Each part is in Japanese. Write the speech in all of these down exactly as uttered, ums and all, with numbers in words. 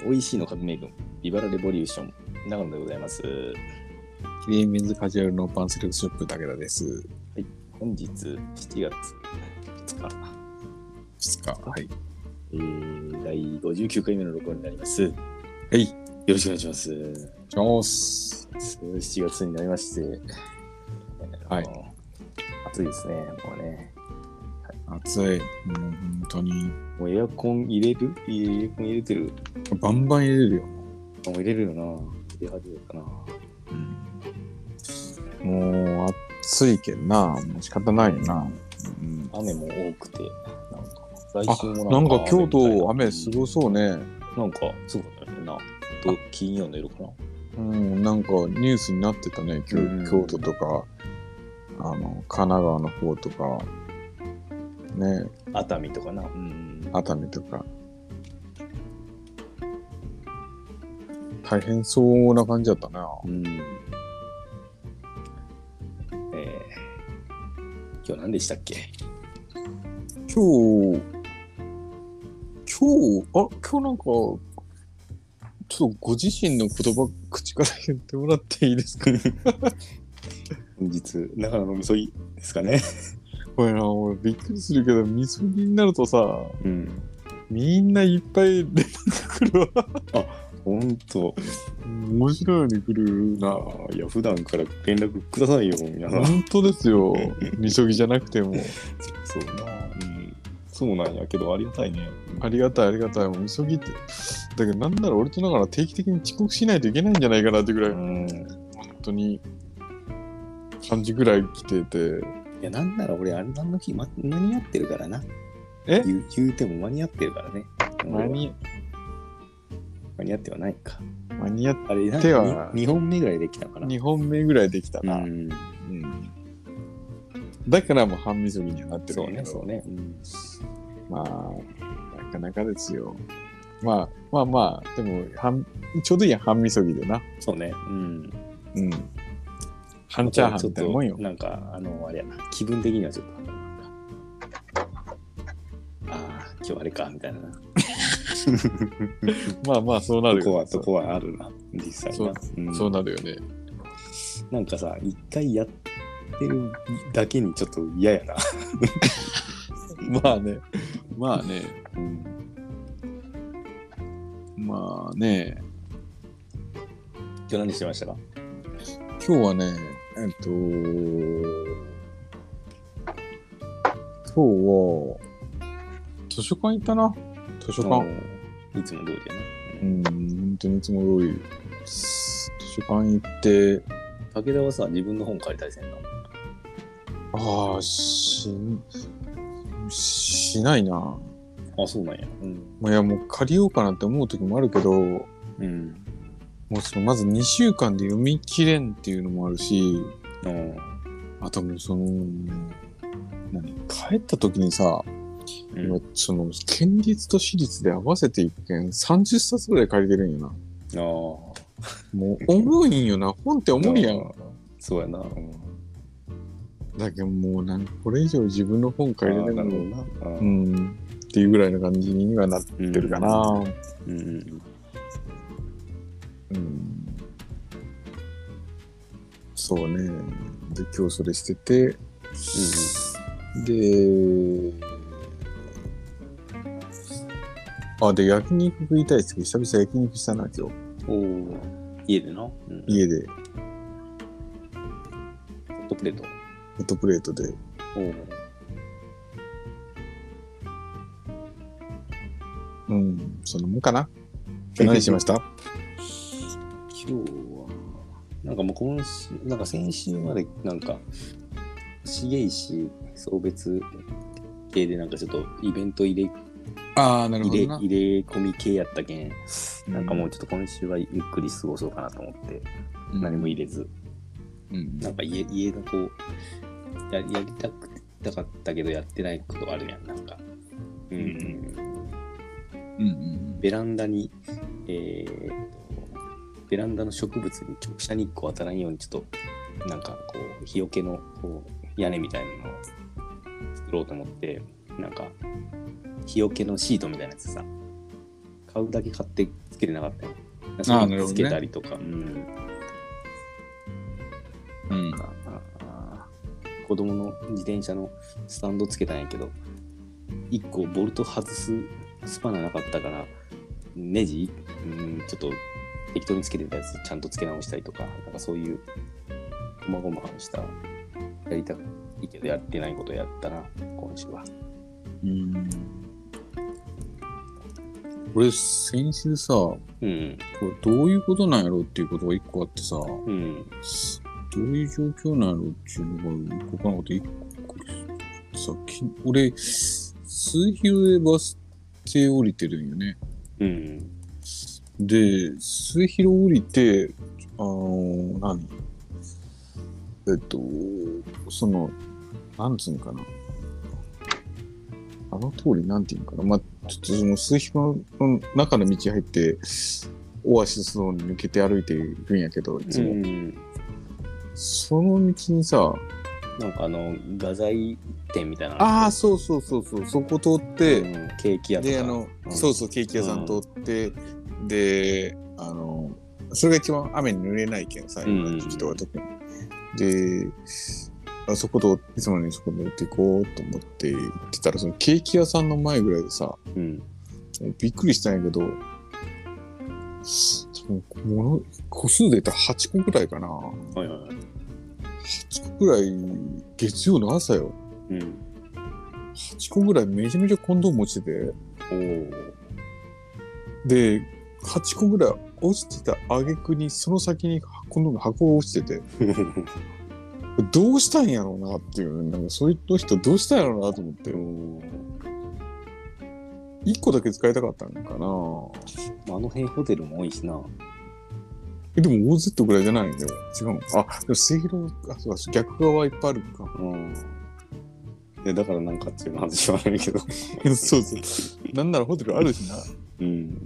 美味しいの革命軍ビバラレボリューション長野でございます。 キリンメンズカジュアルノーパンセレクトショップ武田です。 はい、本日しちがつふつかふつか、はい、 えー、だいごじゅうきゅうかいめの録音になります。 はい、よろしくお願いします。 お願いします。 しちがつになりまして、 はい、 暑いですね。もうね、 はい、暑い。もう本当に。 もうエアコン入れる？エアコン入れてる？ バンバン入れるよ。 もう入れるよな。入れ始めたな。 うん、もう暑いけんな。もう仕方ないよな。 うん、雨も多くて、なんか来週もなんかなんか京都雨すごそうね。 なんかすごかったよな。と金曜の夜かな。 うん、なんかニュースになってたね。京, 京都とかあの神奈川の方とかね。 熱海とかな。うん、 熱海とか。大変そうな感じだったな。 うん。えー、今日何でしたっけ？ 今日、今日、あ、今日なんか、ちょっとご自身の言葉、口から言ってもらっていいですか？ 本日、長野のみそぎですかね。 これな、俺びっくりするけど、みそぎになるとさ、 うん、みんないっぱい連絡来るわ。 あ、ほんと。 面白いように来るな。 いや、普段から連絡くださいよ、皆さん。 本当ですよ。みそぎじゃなくても。 そうな、うん。そうなんやけど、ありがたいね。 ありがたい、ありがたい。みそぎって。だけど、なんなら俺とながら定期的に遅刻しないといけないんじゃないかなってぐらい、うん、本当に、感じぐらい来てて。 いや、なんなら俺、あれの日、ま、間に合ってるからな。 え言う、言うても間に合ってるからね。 間に、 間に合ってはないか。 間に合ってはにほんめぐらいできたかな。 にほんめぐらいできたな。 うん。 うん、だからもう半みそぎにはなってるんだけど。そうね、そうね。うん、 まあ、なかなかですよ。まあまあまあ、でも、半ちょうどいいや、半みそぎでな。 そうね。うん。 うん。半チャーハンみたいなもんよ。 なんか、あの、あれやな、気分的にはちょっと、なんか、ああ、今日あれか、みたいな。 まあまあそうなるよ。 とこはとこはあるな、実際な。 そう、うん、そうなるよね。 なんかさ、一回やってるだけにちょっと嫌やな。 まあね、まあね、うん、まあね。 今日何してましたか？ 今日はね、えっと、今日は図書館行ったな。図書館。 いつも通りやな。 うん、本当にいつも通り。図書館行って。 武田はさ、自分の本借りたりせんの？ ああ、し、しないな。 あ、そうなんや。うん。 まあ、いや、もう借りようかなって思う時もあるけど、 うん。 もうその、まずにしゅうかんで読み切れんっていうのもあるし、 うん。 あともうその、何、帰った時にさ、うん、今その県立と私立で合わせて一件さんじゅっさつぐらい借りてるんよな。ああ。もう重いんよな。本って重いやん。 そうやな。うん、 だけどもうなんかこれ以上自分の本借りれないのな。 うん。っていうぐらいの感じにはなってるかな。うん。うん。うん、そうね。で今日それしてて、うん、で。あ、で、焼肉食いたいですけど、久々焼肉したな、今日。 おー、家でな、うん、 家で。 ホットプレートホットプレートで。 おー。 うん、そのもんかな。何しました今日は、なんかもう今週、なんか先週まで、なんか、重石送別系で、なんかちょっとイベント入れ、 ああ、なるほどな。 入れ、入れ込み系やったけん、うん、なんかもうちょっと今週はゆっくり過ごそうかなと思って、うん、何も入れず、うん、なんか家、家のこうや、やりたくたかったけどやってないことがあるやん、なんか。うん。うんうん、ベランダに、えー、ベランダの植物に直射日光当たらんようにちょっと、なんかこう、日よけのこう屋根みたいなのを作ろうと思って、なんか、日よけのシートみたいなやつさ、 買うだけ買ってつけてなかったよ。 ああ、なるほどね。 つけたりとか。うん。 うん。 あ子供の自転車のスタンドつけたんやけど、いっこボルト外すスパナなかったから、ネジ、うん、ちょっと適当につけてたやつちゃんとつけ直したりとか、なんかそういうごまごましたやりたいけどやってないことやったな、今週は。 うん。俺先週さ、うん、これどういうことなんやろうっていうことが一個あってさ、うん、どういう状況なんやろうっていうのがここのこと一個さ、俺末広でバス停降りてるんよね。うん、で末広降りて、あの何えっとそのなんつうのかな。あの通りなんていうのかな。まあ、ちょっとその末広の中の道入って、オアシスの抜けて歩いているんやけど、いつも。うん、その道にさ、 なんかあの、画材店みたいな。 ああ、そうそうそうそう、そこ通って、うん、 ケーキ屋とか。 で、あの、うん、そうそう、ケーキ屋さん通って、うん、で、あの、それが一番雨に濡れないけんさ、今の人は特に。で、あそこでいつもにそこで行こうと思って行ってたら、そのケーキ屋さんの前ぐらいでさ、うん、びっくりしたんやけど、もの個数で言ったらはちこぐらいかな。はいはいはい。はちこぐらい月曜の朝よ。うん。はちこぐらいめちゃめちゃコンドーム落ちてて。おー。で、はちこぐらい落ちてた挙句にその先にコンドーム箱が落ちてて。どうしたんやろうなっていう、なんかそういう人どうしたんやろうなと思って。一個だけ使いたかったのかな。あの辺ホテルも多いしな。 え、でも オーゼット ぐらいじゃないんだよ。違うの。あ、でも末広、あ、そうか、逆側はいっぱいあるか。うん。 いや、だからなんかっていう話はあるけど。 そうそう。なんならホテルあるしな。うん。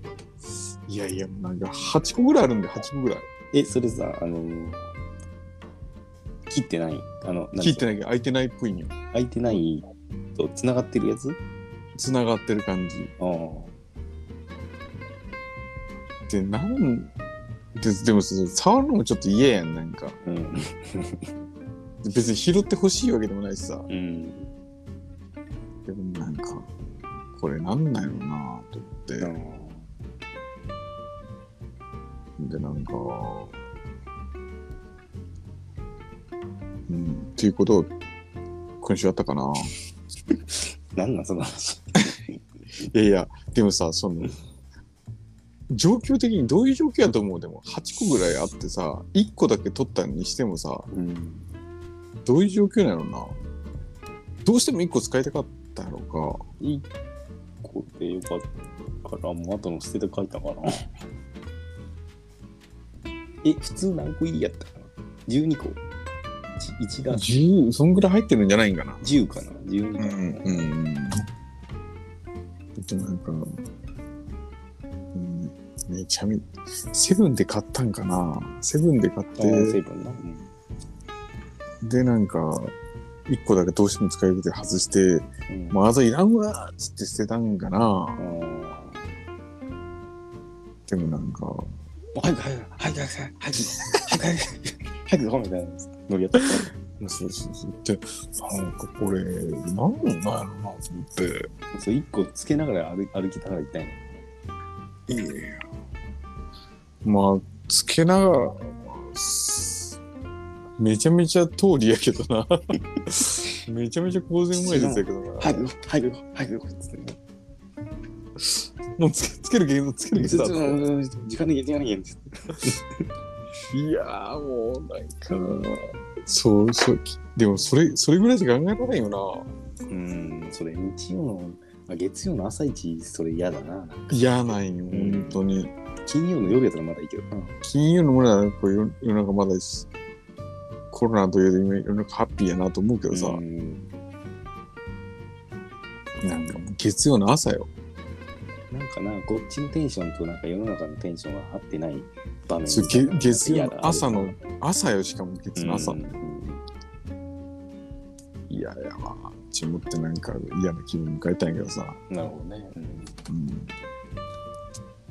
いやいや、なんかはちこぐらいあるんで、はちこぐらい。 え、それさ、あのー、切ってないあの切ってないけど開いてないっぽいんよ。 開いてないと繋がってるやつ？ 繋がってる感じ。ああ。で、なんで、でも触るのもちょっと嫌やん、なんか。うん、別に拾ってほしいわけでもないしさ。うん、でもなんか、これなんなんやろなと思って。うん、で、なんか、うん、っていうことを今週あったかな。 なんなんその話。 いやいや、でもさ、その、状況的にどういう状況やと思う？でもはちこぐらいあってさ、いっこだけ取ったにしてもさ、うん、どういう状況なのな。どうしてもいっこ使いたかったやろうか。 いっこでよかったから、もう後の捨てて書いたかな。え、普通何個入りやったかな ?じゅうにこ。いちだん。 じゅう、そんぐらい入ってるんじゃないんかな。 じゅうかな ?じゅうにかな。うん。うん。 でなんか、めちゃめちゃ、セブンで買ったんかな。セブンで買って、セブンな、うん、で、なんか、いっこだけどうしても使いたくて外して、うん、まあ、あざいらんわーっつって捨てたんかな。うん、でもなんか、 早く早く早く早く早く早く早くみたいな乗りやった。 そうそうそう。で、なんかこれ、なんなんやろなと思って。 そう、いっこつけながら歩歩きながら行ったんやね。 いやいや。まあ、つけながら、めちゃめちゃ通りやけどな。めちゃめちゃ公然前ですやけどな。 早く早く早くつって。 もうつけ、つけるゲームつけるゲームだ。時間で時間でいやーもうなんか、そうそう、でもそれ、それぐらいしか考えられないよな。 うん、それ日曜の、月曜の朝一、それ嫌だな。 嫌なんよ、本当に。 金曜の夜やったらまだいいけどな。 金曜の夜はこう世の中まだし、コロナというより世の中ハッピーやなと思うけどさ。うん、なんか月曜の朝よ。 なんかな、こっちのテンションとなんか世の中のテンションが合ってない場面。 そう、月曜の朝の、朝よ、しかも月の朝。うん、いやいや、まあ、ちもってなんか嫌な気分迎えたんやけどさ。 なるほどね。うん。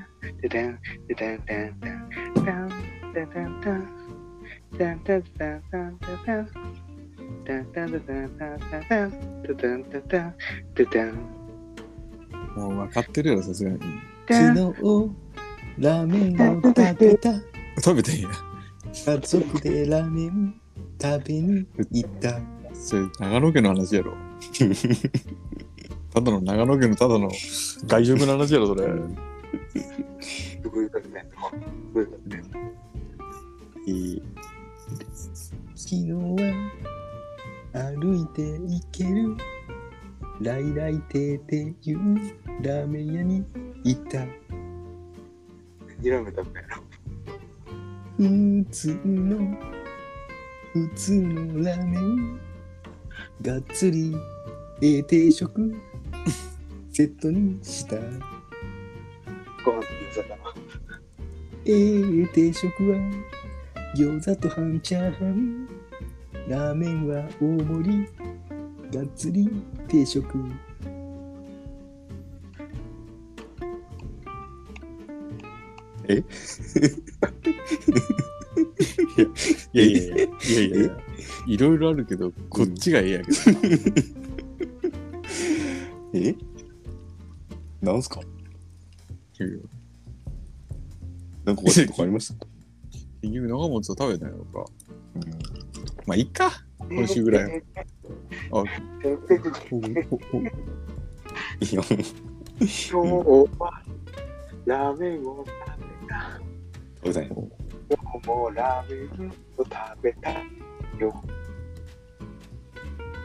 もう分かってるやろ、さすがに。 昨日ラーメンを食べた。 食べてんや。 家族でラーメン食べに行った。 それ長野県の話やろ。ただの長野県のただの外食の話やろ、それ。 すごいだね。すごいだね。えー、昨日は歩いて行ける来来亭っていうラーメン屋に行った。何ラーメン食べたの？普通の普通のラーメンがっつりええ定食セットにした。ご飯と餃子だな。ええ定食は餃子と半チャーハン、ラーメンは大盛りがっつり定食。えいやいやいやいやいやいやいろいろあるけど、こっちがええやけど。 えなんすか？ いやいやなんかことかありました？ 結局長持ちを食べたんやろか。うん、まあいいか、今週ぐらい。あ、ほほほ。 いや、今日はラーメンを食べた。食べたんや。今日もラーメンを食べたよ。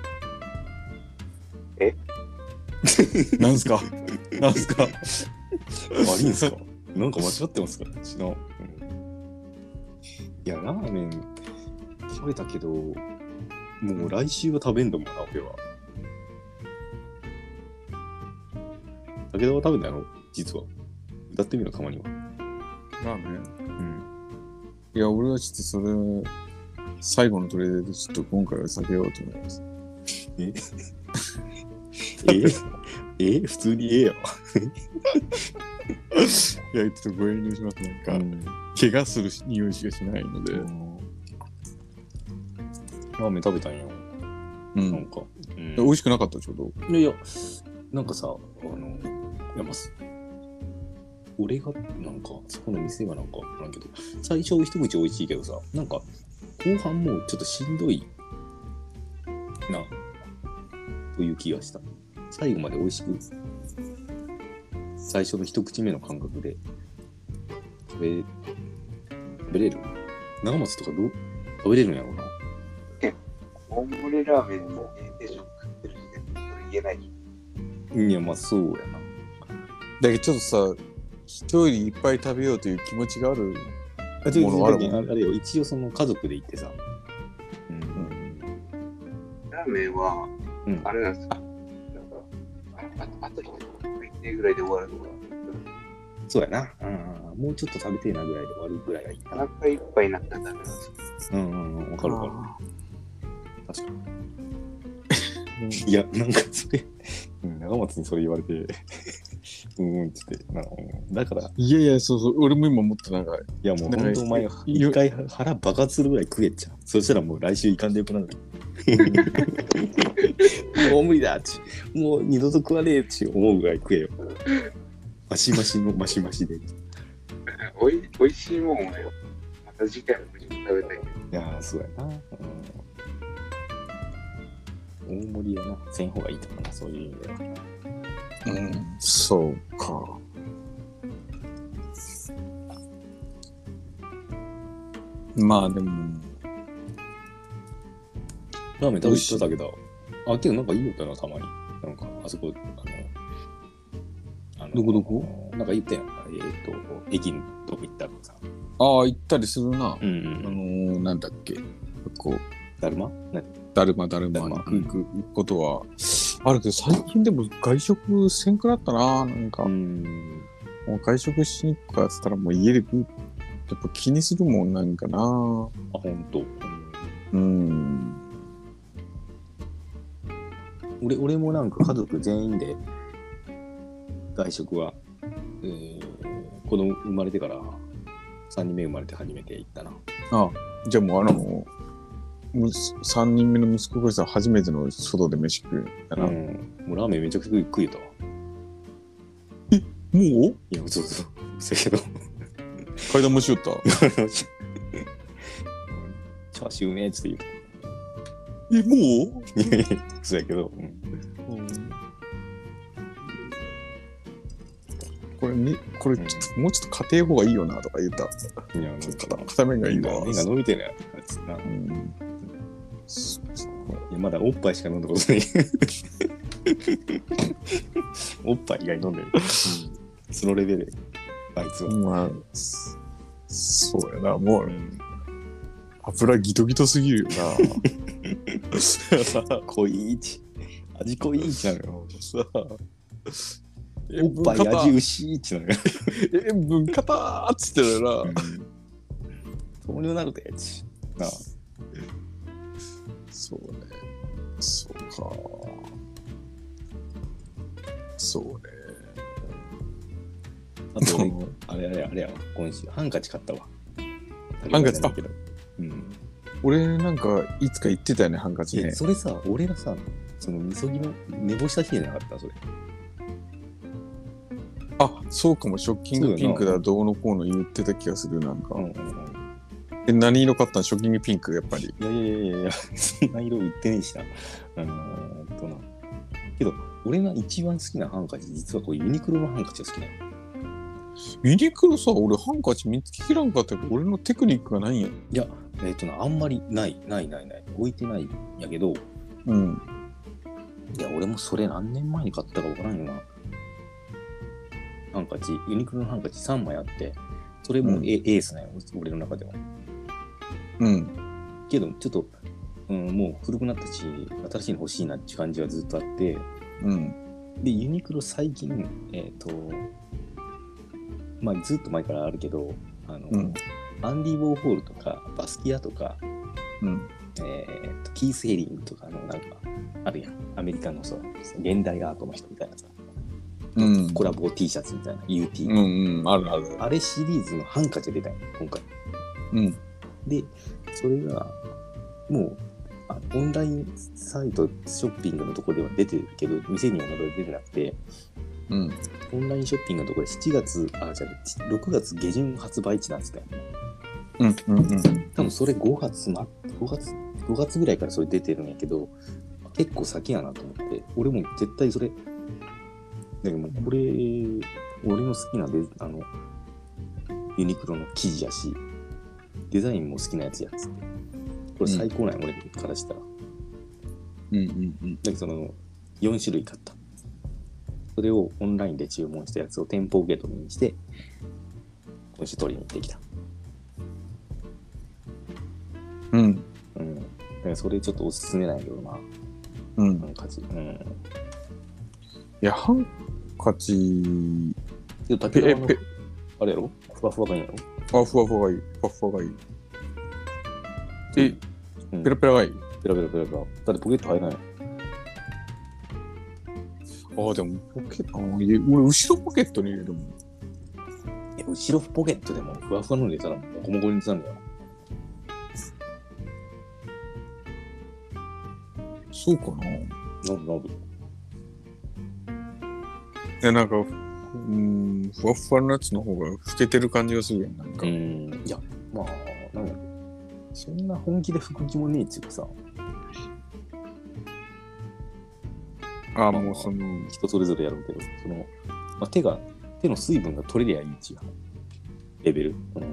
なんすかなんすか悪いんすかなんか間違ってますか違う、うん、いや、ラーメン食べたけど、もう来週は食べんだもんな、俺は。武田は食べたの実は。歌ってみろ、たまには。 ラーメン、 うん、 いや、俺はちょっとそれ、最後のトレーでちょっと今回は避けようと思います。 えええ普通にええやわ。 いや、ちょっとご遠慮します。なんか、うん、怪我する匂いしかしないので。うん、 ラーメン食べたんよ。うん。なんか、 うん、美味しくなかったちょうど。 いやいや、なんかさ、あの、いやます。俺が、なんか、そこの店がなんか、なんけど、最初一口美味しいけどさ、なんか、後半もうちょっとしんどいな、という気がした。最後まで美味しく、最初の一口目の感覚で食べ、食べれる？長松とかどう食べれるんやろうな。 え、大盛りラーメンの定食食ってる時点で言えない。 いや、まあそうやな。 だけどちょっとさ、人よりいっぱい食べようという気持ちがあるものがあるもんね。 あれよ、一応その家族で行ってさ。 うん。ラーメンは、うん、あれなんですよ。なんか、あ, あと一口食いてぐらいで終わるのが。 そうやな。うん。もうちょっと食べてえなぐらいで終わるぐらいがいいな。 お腹いっぱいになったらダメなんですよ。うんうんうん。わかるわかる。確かに。いや、なんかそれ、うん、長松にそれ言われて、うんうんって言って、なだから。 いやいや、そうそう、俺も今思ったなんか。 いやもう本当お前、一回腹爆発するぐらい食えっちゃう。そしたらもう来週行かんでよくなる。もう無理だって。もう二度と食わねえって思うぐらい食えよ。マシマシのマシマシで。 おい、おいしいもんはよ。また次回も食べたい。いやー、そうやな。うん、大盛りやな。せん方がいいと思うな、そういう意味では。 うん、そうか。まあでも。 ラーメン食べてたけど、あ、けどなんかいいよったな、たまに。なんか、あそこ、あの、あのどこどこなんか言ったやん。えっ、ー、と、駅のとこ行ったらさ。 ああ、行ったりするな。 うんうん、 あのー、なんだっけ。こう。 だるまだるまだるまに行くことはあるけど、最近でも外食せんくなったな。なんか、うん、もう外食しに行くかっつったらもう家で食う。やっぱ気にするもんなんかな。あ、 ほんと。 うん。 俺, 俺もなんか家族全員で外食は、えー、子供生まれてからさんにんめ生まれて初めて行ったな。 ああ、じゃあもうあのさんにんめの息子がさ初めての外で飯食うやな、うん、 もうラーメンめちゃくちゃ食えたわ。 え、もう？ いや、そうそうそうやけど階段もしよったチャーシューねっつって言うとえ、もうそうやけど、うんうん、 これに、これちょっと、うん、もうちょっと家庭方がいいよなとか言った。いや、片, 片面がいいな。 麺が伸びてるやつな。うん、いやまだおっぱいしか飲んだことない。おっぱい以外飲んでる。うん、そのレベル。あいつは。 まあ、そうやな、もう、うん、油ギトギトすぎるよな。 濃いいち味濃いいちなのよ。さおっぱい味薄いちなのよ。 塩分かたーっつってるな。うん、 糖尿なるでちな。 そうね。そうか。そうね。 あと俺あれあれあれやわ。今週ハンカチ買ったわ。 ハンカチだけど。うん。俺なんかいつか言ってたよね、ハンカチね。 それさ、俺がさ、そのみそぎの寝坊した日じゃなかったそれ。 あ、そうかも。ショッキングピンクだどうのこうの言ってた気がする、なんか。うんうんうん、え、何色買ったの？ショッキングピンクやっぱり。 いやいやいやいや、そんな色売ってねえしな。あのー、とな。けど、俺が一番好きなハンカチ、実はこうユニクロのハンカチが好きなの。 ユニクロさ、俺ハンカチ見つけきらんかったけど、俺のテクニックがないんや。 いや、えっ、ー、とな、あんまりない、ないないない。置いてないんやけど、 うん。 いや、俺もそれ何年前に買ったか分からんよな。ハンカチ、ユニクロのハンカチさんまいあって、それも エ,、うん、エースなんよ、俺の中では。 うん。 けど、ちょっと、うん、もう古くなったし、新しいの欲しいなっていう感じはずっとあって、 うん。 で、ユニクロ最近、えっ、ー、と、まあ、ずっと前からあるけど、あの、うん、アンディ・ウォーホールとか、バスキアとか、 うん、 えー、とキース・ヘリングとかのなんか、あるやん。アメリカのさ、現代アートの人みたいなさ、うん、コラボ T シャツみたいな、ユーティー。 うんうん、あるある。 あれシリーズのハンカチ出たんよ、今回。 うん。 で、それが、もう、あオンラインサイト、ショッピングのところでは出てるけど、店にはまだ出てなくて、 うん、 オンラインショッピングのところでしちがつ、あ、じゃあろくがつ下旬発売地なんですね。 うんうんうん。 多分それごがつ、ま、ごがつ、ごがつぐらいからそれ出てるんやけど、結構先やなと思って、俺も絶対それ、だけどもうこれ、俺の好きなデあの、ユニクロの生地やし、デザインも好きなやつやつって。これ最高なんや、うん、俺からしたら。 うんうんうん。 だけどその、よんしゅるい買った。それをオンラインで注文したやつを店舗受け取りにして、今週取りに行ってきた。 うん。うん。 だからそれちょっとおすすめなんやけどな。 うん。 ハンカチ。うん。いや、ハンカチ。 ペペペ。あれやろ？ふわふわがいいやろ？ あ、ふわふわがいい。ふわふわがいい。え、うん、ペラペラがいい？ ペラペラペラペラ。だってポケット入らない。 ああ、でもポケット、俺後ろポケットに入れるもん。 え、後ろポケットでもふわふわの入れたらもこもこにつなんだよ。 そうかな。 なるなる。 いや、なんか、うーん、ふわふわのやつの方が老けてる感じがするやん、なんか。 うん、いや、まあ、なんやろ。そんな本気で拭く気もねえっていうかさ。 ああ、もうその、 人それぞれやろうけど、その、まあ、手が、手の水分が取れりゃいいっていうレベル。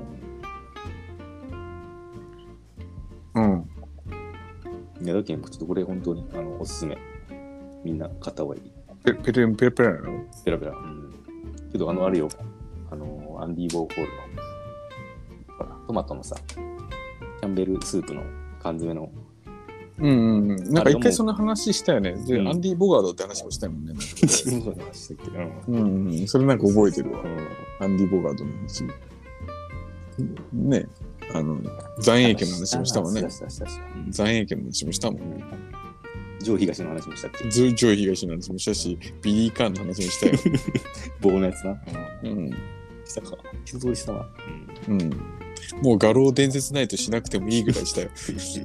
うん。うん。 いや、だけど、ちょっとこれ本当に、あの、おすすめ。みんな買った方がいい。 ペペレペラペラやろ？ ペラペラ。うん。けど、あの、あるよ。あの、アンディ・ウォーホールの、ほら、トマトのさ、キャンベルスープの缶詰の、 うんうんうん。なんか一回その話したよね。で、うん、アンディ・ボガードって話もしたもんね。 自分の話したっけど。 うんうん。それなんか覚えてるわ。うん、アンディ・ボガードの話。ね。あの、残影家の話もしたもんね。残影家の話もしたもんね。 ジョー東の話もしたっけ？ ジョー東の話もしたし、ビリー・カーンの話もしたよ。 棒のやつな。 うん。 したか。一通りしたわ。 うん。うん。もう画廊伝説ないとしなくてもいいぐらいしたよ。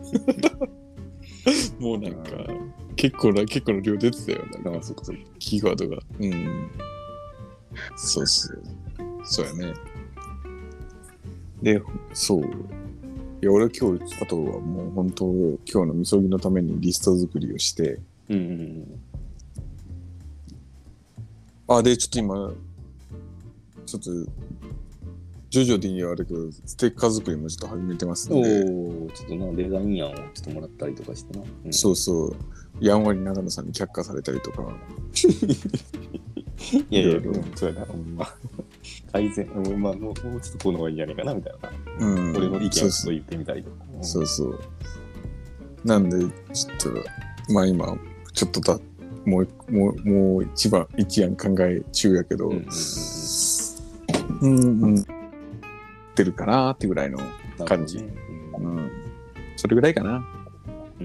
もうなんか、結構な、結構の量出てたよ。なんか、そこそこキーワードが。うん。そうそう。そうやね。で、そう。いや、俺今日、あとはもう本当、今日のみそぎのためにリスト作りをして。 うんうんうん。 あ、で、ちょっと今、ちょっと、徐々にはあるけど、ステッカー作りもちょっと始めてますんで。 おお、ちょっとな、デザイン案をちょっともらったりとかしてな。 うん、そうそう。やんわり長野さんに却下されたりとか。 いやいや、いろいろそうやな、ほんま。改善、まあ、もうちょっとこうの方がいいんじゃないかな、みたいな。うん。俺の意見をちょっと言ってみたりとか。 そうそう。なんで、ちょっと、まあ今、ちょっとだ、もう、もう、もう一番、一案考え中やけど、うんうんうん。うんうん。てるかなーってぐらいの感じ。ね、うん、うん。それぐらいかな。 うん。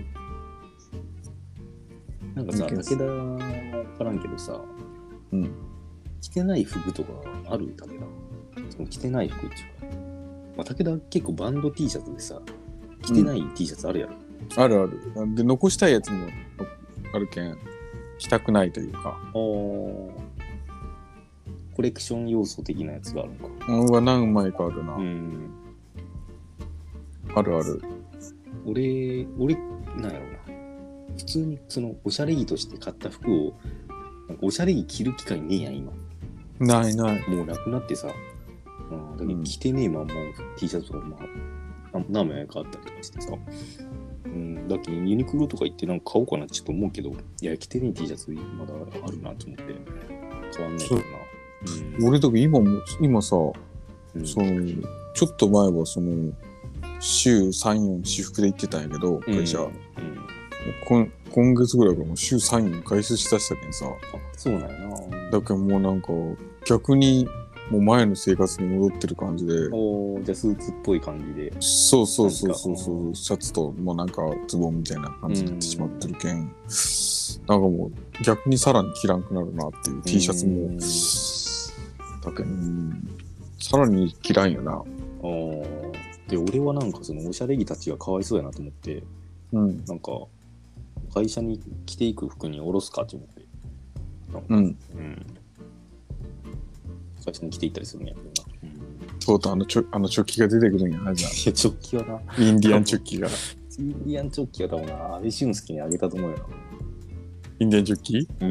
なんかさ、武田わからんけどさ、 うん。 着てない服とかある？武田。その着てない服っていうか。まあ、武田結構バンド T シャツでさ、着てない T シャツあるやろ。 うん、あるある。で、残したいやつもあるけん、着たくないというか。 あー。コレクション要素的なやつがあるのか。 うん、は何枚かあるな。 うん。 あるある。 俺、俺、なんやろうな。普通にそのおしゃれ着として買った服を、なんかおしゃれ着着る機会ねえやん、今。 ないない。 もうなくなってさ。うん、だけど着てねえまんま T シャツとか、まあ、何枚かあったりとかしてさ。 ん、だけどユニクロとか行ってなんか買おうかなってちょっと思うけど、いや、着てねえ T シャツまだあるなと思って、買わんないけどな。 うん、俺だけ今も、今さ、 うん、 その、ちょっと前はその、週さん、よん私服で行ってたんやけど、会社。うんうん、今, 今月ぐらいからもう週さん、よん外出しだしたけんさ。あ、 そうなんやな。 だけどもうなんか、逆に、もう前の生活に戻ってる感じで。 おー、じゃあスーツっぽい感じで。 そうそうそうそうそう、シャツともうなんかズボンみたいな感じになってしまってるけん。なんかもう逆にさらに着らんくなるなっていう T シャツも。だけど、さらに着らんよな。 おで、俺はなんかそのおしゃれ着たちがかわいそうやなと思って、うん、なんか会社に着ていく服におろすかと思って。うん。うん。会社に着ていったりするんやけどな。 とうとうあのチョ、あのチョッキが出てくるんやな、じゃあ。 いや、チョッキはな。 インディアンチョッキが。 インディアンチョッキは多分な、安倍俊介にあげたと思うよな。 インディアンチョッキ？うん。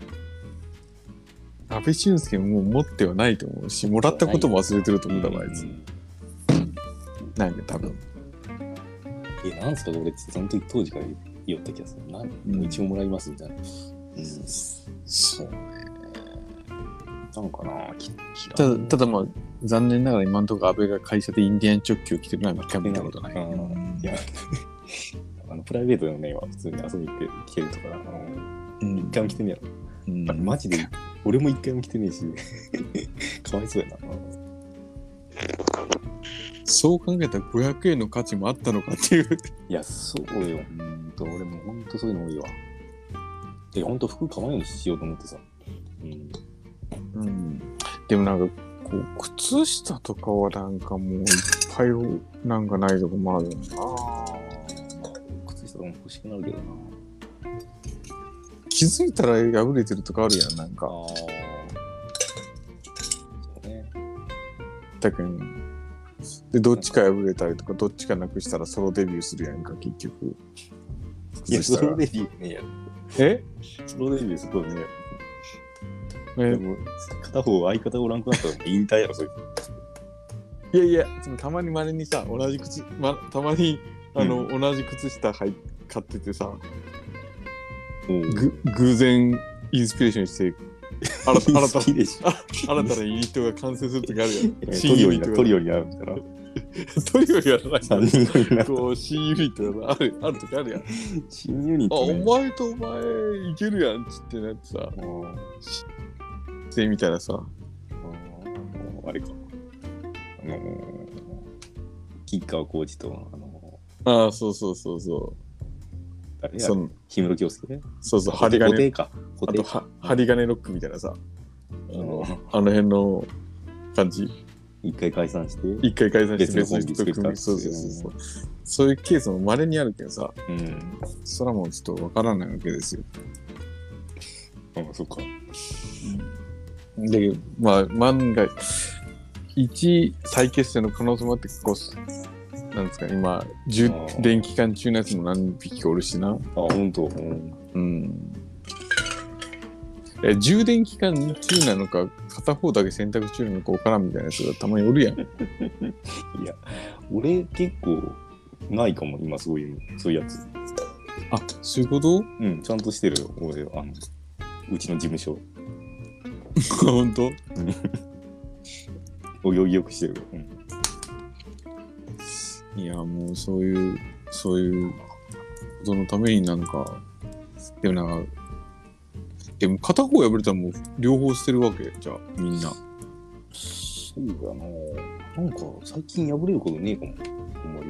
安倍俊介ももう持ってはないと思うし、もらったことも忘れてると思うだろ、あいつ。うん、なんか多分。 え、なんすか、俺ってその時当時から言った気がする。なん、うん、一応もらいますみたいな。うん。そうね。なんかな、 ただ、ただまあ、残念ながら今のところ安倍が会社でインディアンチョッキを着てるのは一回も見たことない。いや、 あのプライベートでもね、今普通に遊び行って着てるとか、あの、うん、一回も着てねえやろ。うん、マジで、俺も一回も着てねえし、かわいそうやな。 そう考えたらごひゃくえんの価値もあったのかっていう。 いや、そうよ。うんと、俺もほんとそういうの多いわ。で、ほんと服買わんようにしようと思ってさ。 うん。うん、でもなんか、こう、靴下とかはなんかもういっぱいなんかないとこもあるよな。あ靴下とかも欲しくなるけどな。 気づいたら破れてるとかあるやん、なんか。ああ。そうね。だけど、で、どっちか破れたりとか、どっちかなくしたらソロデビューするやんか、結局。 いや、ソロデビューねえやろ。 えソロデビューすごいねえやろ。でも、片方相方おらんくなったら引退やろ、そいつ。いやいや、たまにまれにさ、同じ靴、ま、たまに、あの、うん、同じ靴下買っててさ、ぐ偶然インスピレーションして新たな新たなユニットが完成するときあるやん。 トリオになるトリオになるみたいな。 トリオにやらない。三人組になる。こう新ユニットがあるあるときあるやん。 新ユニット、 ね。あ、お前とお前いけるやんっつってなってさ。でみたいなさ。 ああれか。あのー、吉川晃司とあのー、ああそうそうそうそう。 誰やその氷室京介ね。 そうそう、針金。 固定か。 あとは、針金ロックみたいなさ、あの、あの辺の感じ。 一回解散して。 一回解散して別の人と組み。そうそうそうそう。そういうケースも稀にあるけどさ、うん、それはもうちょっとわからないわけですよ。 ああ、そっか。 うん、だけど、まあ、万が一再結成の可能性もあって、こう、なんですか、今、充電期間中のやつも何匹かおるしな。あ、 ほんと。うん。 うん、え、充電期間中なのか、片方だけ選択中なのか分からんみたいなやつがたまにおるやん。いや、俺結構ないかも、今そういう、そういうやつ。 あ、そういうこと？ うん、ちゃんとしてるよ、俺、あの、うちの事務所。 ほんと？ お行儀よくしてるよ。うんいやもうそういうそういうことのためになんかでもなんかでも片方破れたらもう両方捨てるわけじゃあみんな。 そうやな。なんか最近破れることねえかも。あんま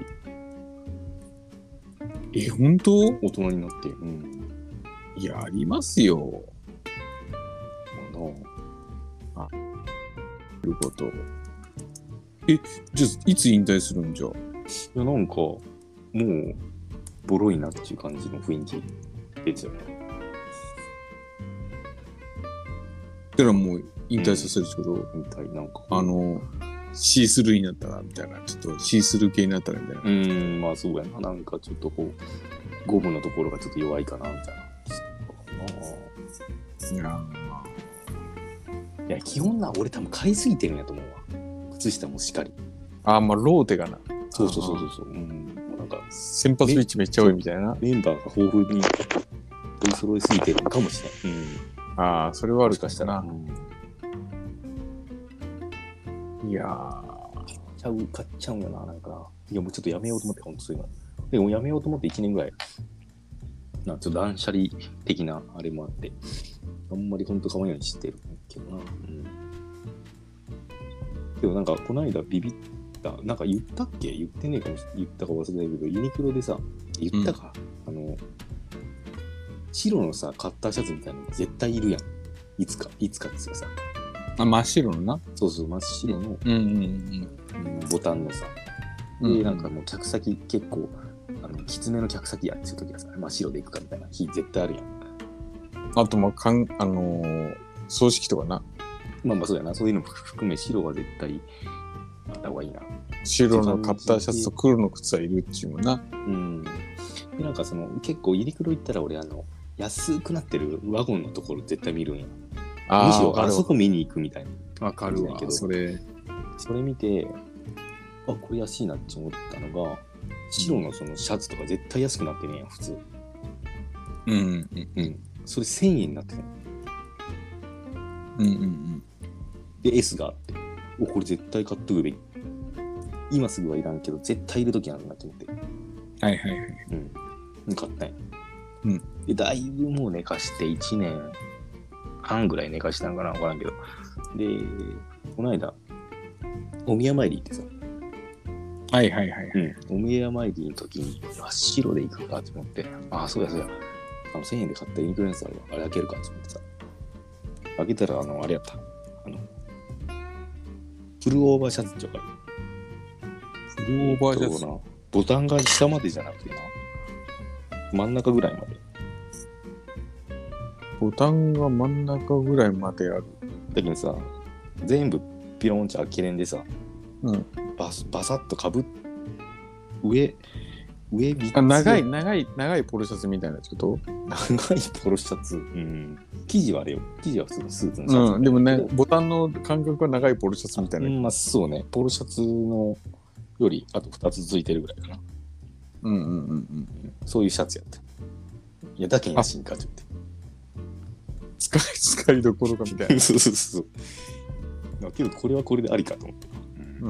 り。え本当？ 大人になって。うん。 いやありますよ。 ああ。 いうこと。えじゃあいつ引退するんじゃ？ いやなんかもうボロいなっていう感じの雰囲気出ちゃう。 だからもう引退させるってこと、うん、 引退なんかあのシースルーになったらみたいなちょっとシースルー系になったらみたいな。 うーんまあそうやななんかちょっとこうゴムのところがちょっと弱いかなみたいな。いやいや基本な俺多分買いすぎてるんやと思うわ。靴下もしっかり。 ああまあローテがな。 そうそうそうそうそう。うん。 なんか先発ピッチめっちゃ多いみたいな。 メンバーが豊富に取り揃えすぎてるのかもしれない。 うん、ああ、それはあるかしたら。 うん、いやー、買っちゃう、買っちゃうんやな、なんか。いや、もうちょっとやめようと思って、ほんとそういうの。でもやめようと思っていちねんぐらい、なんちょっと断捨離的なあれもあって、あんまりほんと買わんようにしてるけどな。うん、でもなんか、この間ビビった、なんか言ったっけ言ってねえかもしれない。言ったか忘れたけど、ユニクロでさ、言ったか、うん、あの、白のさ、カッターシャツみたいなの絶対いるやん。いつか、いつかですよさ。 あ、真っ白のな。 そうそう、真っ白の、 うんうんうんうん、ボタンのさ。で、うん、なんかもう客先結構、あのきつめの客先やっていう時はさ、真っ白で行くかみたいな日絶対あるやん。 あと、まあ、かん、あのー、葬式とかな。 まあまあそうやな。そういうのも含め白は絶対あった方がいいな。 白のカッターシャツと黒の靴はいるっちゅうもんな。 うん。で、なんかその、結構ユニクロ行ったら俺、あの、安くなってるワゴンのところ絶対見るんや。むしろあそこ見に行くみたいな。 わかるわ。それ。 それ見て、あ、これ安いなって思ったのが、白のそのシャツとか絶対安くなってねえやん、普通。 うんうんうん。 それせんえんになってね。 うんうんうん。 で、S があって、お、これ絶対買っとくべき。今すぐはいらんけど、絶対いるときあるなと思って。 はいはいはい。 うん。買ったんや。 うん。 で、だいぶもう寝かしていちねんはんぐらい寝かしたんかな、わからんけど。で、この間、お宮参り行ってさ。 はいはいはい、はい。 うん。お宮参りの時に、真っ白で行くかと思って、ああ、そうやそうや。あの、せんえんで買ったインフルエンサーをあれ開けるかと思ってさ。開けたら、あの、あれやった。あの、フルオーバーシャツってわかる？ フルオーバーシャツ、 ボタンが下までじゃなくてな。真ん中ぐらいまで。 ボタンが真ん中ぐらいまである。 だけどさ、全部ピロンチ開けれんでさ、 うん、 バ, バサッとかぶっ上上みっつあ、長い長い長いポロシャツみたいなちょっと長いポロシャツ、うん、生地はあれよ、生地は普通のスーツのシャツ、 うん、でもね、ボタンの間隔が長いポロシャツみたいな、 うん、まあそうね、ポロシャツのよりあとふたつついてるぐらいかな。 うんうんうんうん、 そういうシャツやった。いやだけに安いんかって言って使い使いどころかみたいなそうそうそうだけどこれはこれでありかと思って、うん、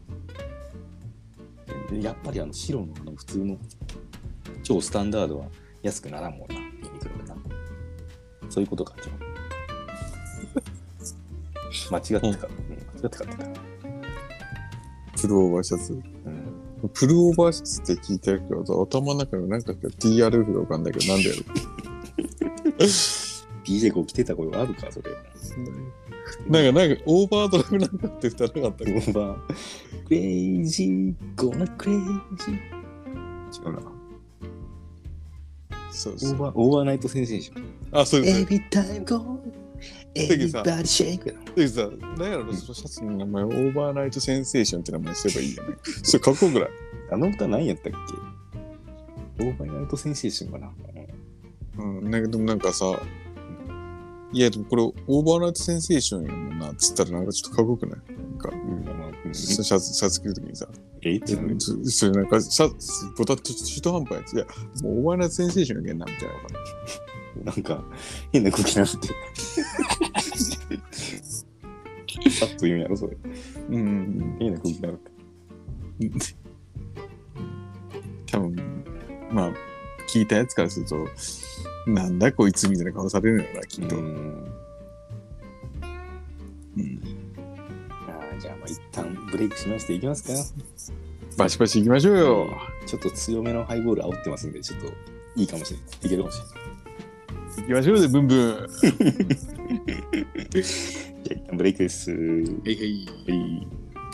うん、でやっぱりあの白のあの普通の超スタンダードは安くならんもんな、ユニクロでな。そういうことかって間違ってか、うん、間違ってかってた。 プルオーバーシャツ、うん、プルオーバーシャツって聞いてるけど頭の中のなんか ティーアールエフ がわかんないけどなんでやろディージェー こう着てた声あるかそれ。 なんかなんかオーバードライブなんかって歌なかったっけ？ オーバークレイジーゴナクレイジー違うな。 そうそう。 オーバーオーバーナイトセンセーション。 あ、そうです。 Every time go Everybody shake だ。 でさ、なんやろな、そのシャツの名前、オーバーナイトセンセーションって名前すればいいよね。それかっこよくない？ あの歌何やったっけ？オーバーナイトセンセーションかな。 うん、なんかでもなんかさ、いやでもこれオーバーナイトセンセーションやもんなっつったらなんかちょっとかっこよくない？なんか、うんまあうん、シャツシャツ着るときにさ、 えってなる？ それなんかシャツボタンちょっと中途半端やつ、いやもうオーバーナイトセンセーションやけんなみたいな。 なんか変な空気になってさっと言うんやろそれ。うんうん、変な空気になるって。 多分まあ聞いたやつからするとなんだこいつみたいな顔されるのよなきっと。うん、 うん、あじゃあまあ一旦ブレイクしましていきますか。 バシバシいきましょうよ。 ちょっと強めのハイボール煽ってますんでちょっといいかもしれない。いけるかもしれない。 行きましょうぜブンブン。 じゃあ一旦ブレイクです。へいへいへい。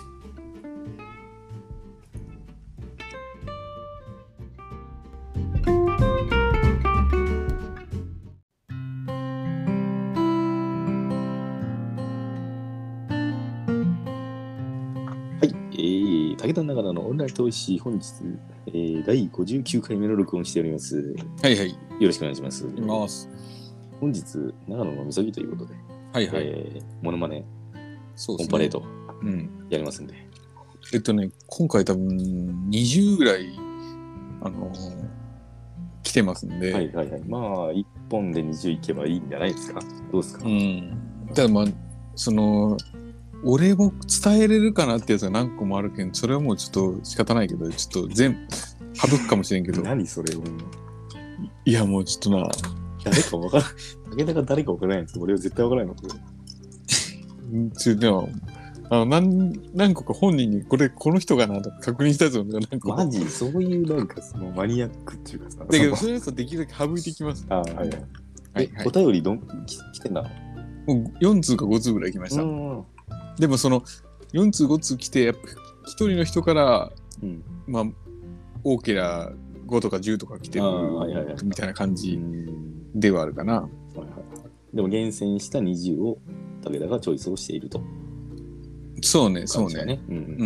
はい、えー、武田長野のオンライン投資本日、えー、だいごじゅうきゅうかいめの録音しております。 はいはい。 よろしくお願いします。 います。 本日長野のみそぎということで、 はいはい。 えー、モノマネ、 そうですね、 コンパレート、 うん、 やりますんで。 えっとね、今回多分にじゅうぐらいあのー、来てますんで。 はいはいはい。まあ、いっぽんでにじゅういけばいいんじゃないですか。どうですか。 うん。ただまあ、その、俺も伝えれるかなってやつが何個もあるけん、それはもうちょっと仕方ないけど、ちょっと全省くかもしれんけど。 何それを。 いや、もうちょっとな。 誰かわからん。武田が誰かわからないんですけど、俺は絶対わからないの。 ちょ、でも、あの、何、何個か本人に、これ、この人かなとか確認したやつが何個か。 マジそういうなんかそのマニアックっていうかさ。 だけど、そういうやつはできるだけ省いていきます。 ああ、はいはい。 はいえ、はい、お便りどんき来てんだもうよん通かご通ぐらい来ました。でもそのよん通ご通来て、やっぱひとりの人から、うん、まあ、大きなごとかじゅうとか来てるみたいな感じではあるかな。はいはい、 でも厳選したにじゅうを武田がチョイスをしていると。 そうね、そうね。 うんうんうん。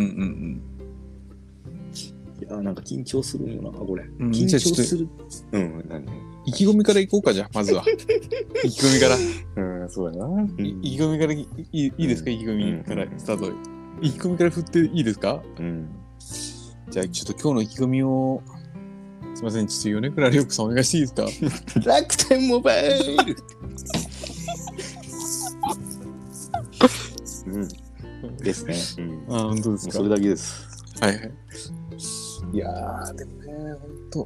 いや、なんか緊張するよな、これ。 うん、 緊張する。うん、何意気込みからいこうか、じゃあ、まずは。意気込みから。 うん、そうやな。うん、 意気込みからい い, いいですか、意気込みからスタート。意気込みから振っていいですか。うん。じゃあ、ちょっと今日の意気込みを、すみません、ちょっと米倉涼子さんお願いしていいですか。 楽天モバイルうん。ですね。 うん、あ、本当ですか。 それだけです。 はいはい。いやー、でもね、ほんと。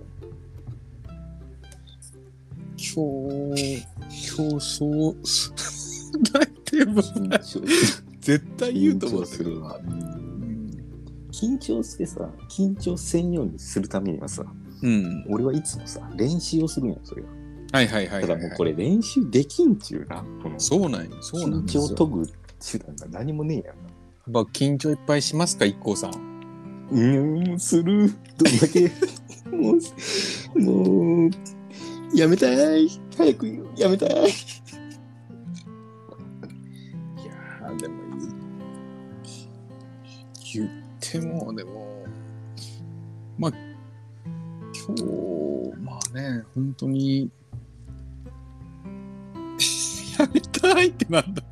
今日、今日そう、泣いても絶対言うと思ってるわ。 緊張してさ、緊張せんようにするためにはさ、うん、俺はいつもさ、練習をするんや、それは。 はいはいはいはい、はい。 だからもうこれ練習できんちゅうな。このそうなんよ、そうなんですよ。 緊張を解ぐ手段が何もねえやんな。 まあ、緊張いっぱいしますか、一行さん。 うーん、する。どんだけ。もう、もう、やめたい。早くやめたい。いやー、でも言っても、でも、まあ、今日、まあね、本当に、やめたいってなんだ。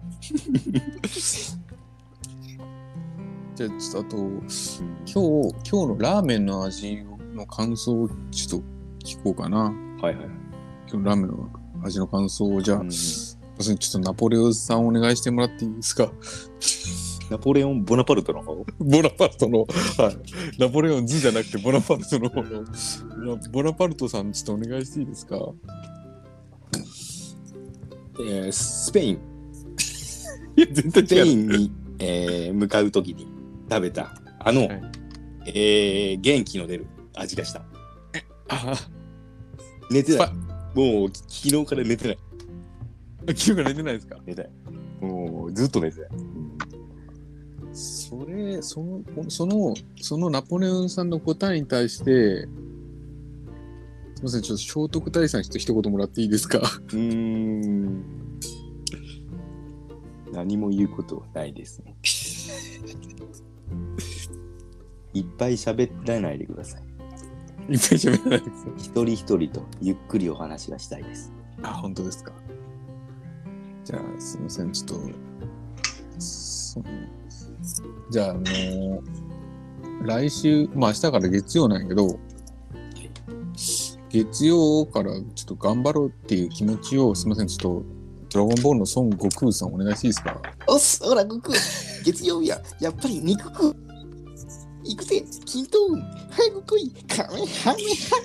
じゃあ、ちょっとあと、今日、今日のラーメンの味の感想をちょっと聞こうかな。 はいはい。 今日のラーメンの味の感想を、じゃあ、うん、ちょっとナポレオンさんお願いしてもらっていいですか。 ナポレオン・ボナパルトの方ボナパルトの、はい。ナポレオンズじゃなくてボナパルトの方の、ボナパルトさん、ちょっとお願いしていいですか。 えー、スペイン。 いや、絶対違う。 スペインに、えー、向かうときに食べた、あの、はい、えー、元気の出る味がした。 あ寝てない。もう、昨日から寝てない。 昨日から寝てないですか。 寝てない。もう、ずっと寝てない。 それ、その、その、そのナポレオンさんの答えに対して、すみません、ちょっと聖徳太子さん一言もらっていいですか。うーん。 何も言うことないですね。いっぱい喋らないでください。 いっぱい喋らないです。 一人一人とゆっくりお話がしたいです。 あ、本当ですか。じゃあ、すみません、ちょっと、そのじゃあ、あのー、来週、まあ明日から月曜なんやけど、月曜からちょっと頑張ろうっていう気持ちを、すみません、ちょっと、ドラゴンボールの孫悟空さんお願いしていいですか。 おっす、ほら、悟空、月曜日や、やっぱり肉食う。行くぜ、キントーン、早く来い、カメハメハ。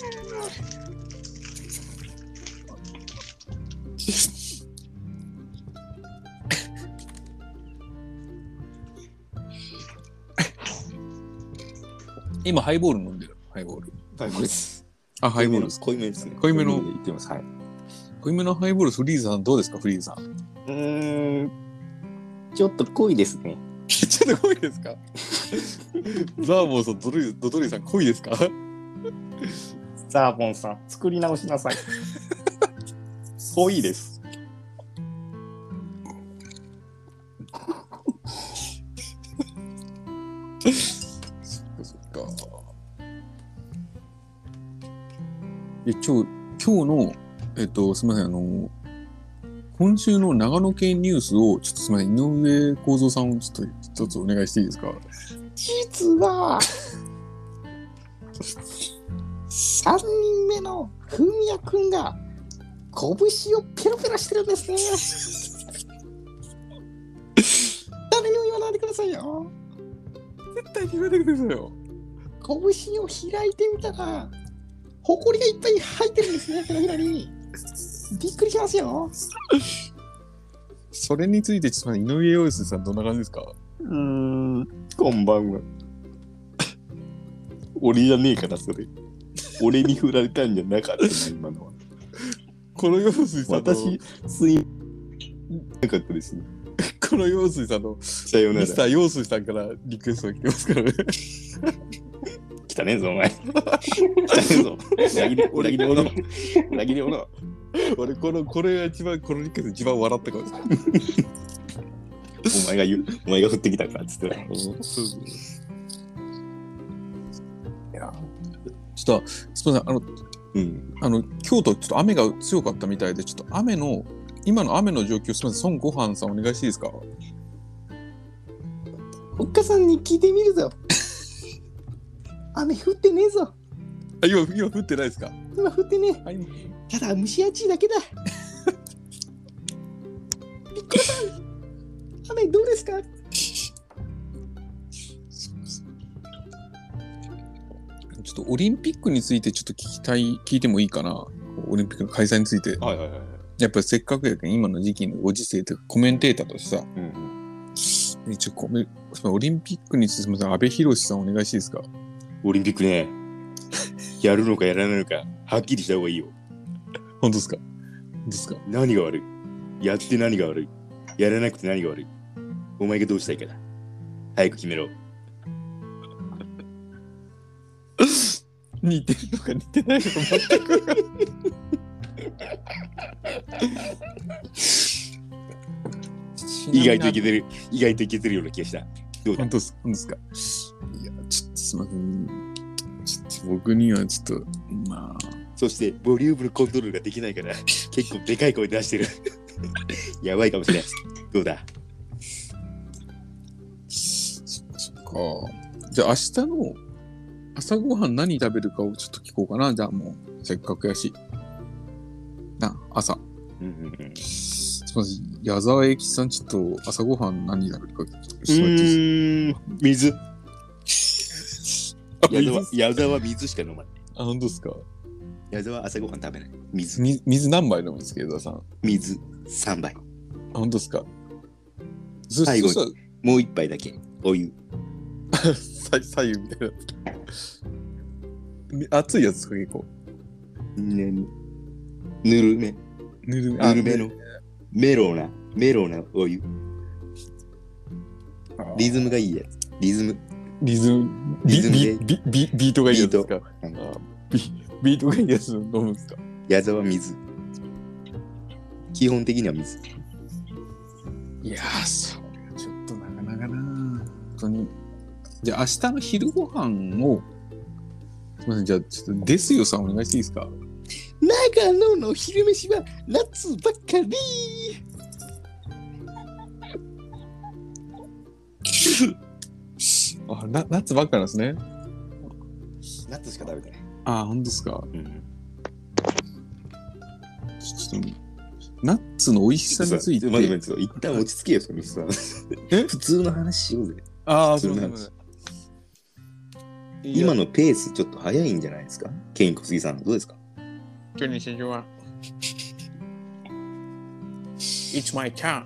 今ハイボール飲んでる。ハイボール。 ハイボールです。 あ、ハイボールです。 濃いめですね。 濃いめの。 言ってます。はい。 濃いめのハイボール、フリーザさんどうですか、フリーザさん。 うーん。ちょっと濃いですね。 ちょっと濃いですか。ザーボンさん、ドドリドドリさん濃いですか。 ザーボンさん、作り直しなさい。濃いです。 え今日今日のえっとすみませんあの今週の長野県ニュースをちょっとすみません井上公造さんをちょっと一つお願いしていいですか。 実はさんにんめのふみやくんが拳をペロペロしてるんですね。誰にも言わないでくださいよ。絶対に言わないでくださいよ。拳を開いてみたらほこりがいっぱい入ってるんですね、手のひらに。びっくりしますよ。それについてちょっと井上陽水さんどんな感じですか？ うーん、こんばんは。俺じゃねえからそれ。俺に振られたんじゃなかったな今のは。 この陽水さんの私すいなかったですね。 この陽水さんのさようなら。 ミスター陽水さんからリクエストが来てますからね。 来たねえぞお前。来たねえぞ。裏切り裏切り者。裏切り者。 俺このこれが一番このリクエスト一番笑ったかもしれない。 お前が言うお前が振ってきたかっつって。 そうそう。いやちょっとすみませんあの、うん、あの京都ちょっと雨が強かったみたいでちょっと雨の今の雨の状況すみません孫悟飯さんお願いしていいですか？ おっかさんに聞いてみるぞ。雨降ってねえぞ。 あ今今降ってないですか？ 今降ってねえ。ただ蒸し暑いだけだ。ピッコロさん雨どうですか？ ちょっとオリンピックについてちょっと聞きたい聞いてもいいかな。オリンピックの開催について。 はいはいはい。 やっぱりせっかくやけん今の時期のご時世というかコメンテーターとしてさ、うんうん、一応コメオリンピックについてすみません阿部寛さんお願いしていいですか？ オリンピックねやるのかやらないのかはっきりした方がいいよ。 本当ですか？本当ですか？ 何が悪い？やって何が悪い？やらなくて何が悪い？お前がどうしたいかだ。早く決めろ。 似てるのか似てないのか全く意外といけてる意外といけてるような気がした。どうだ？ 本当です本当ですか？いやちょっとすみませんちょっと僕にはちょっとまあそしてボリュームのコントロールができないから結構でかい声出してる。やばいかもしれない。どうだ？ そ, そっかじゃあ明日の朝ごはん何食べるかをちょっと聞こうかな。じゃあもうせっかくやしな朝、うんうんうん、すみません矢沢永吉さんちょっと朝ごはん何食べるかちょっとうーん水矢沢矢沢水しか飲まない。 あ本当ですか？ 矢沢朝ごはん食べない。水み水何杯飲むんですか矢沢さん？ 水さんばい。 あ本当ですか？ 最後にもう一杯だけお湯。 左右みたいな熱いやつですか結構、 ね、ぬるめぬるめぬるめのメロなメロなお湯。リズムがいいやつ。リズムリズムリズムでビビビートがいいやつですか？ビート、ビ, ビートがいいやつ飲むんですか？ 矢沢水基本的には水。 いやーそれはちょっとなかなかな本当に。じゃあ明日の昼ご飯をすみませんじゃあちょっとですよさんお願いしていいですか？ 長野の昼飯は夏ばっかり。 あな夏ばっかなんですね。 夏しか食べてない。 あ本当ですか？うん、ちょっとナッツの美味しさについて。 待って待って一旦落ち着けよそれさ。え普通の話しようぜ。 ああそうなんです。 今のペースちょっと早いんじゃないですか？ケイン小杉さんどうですか？ 今日にしようは It's my turn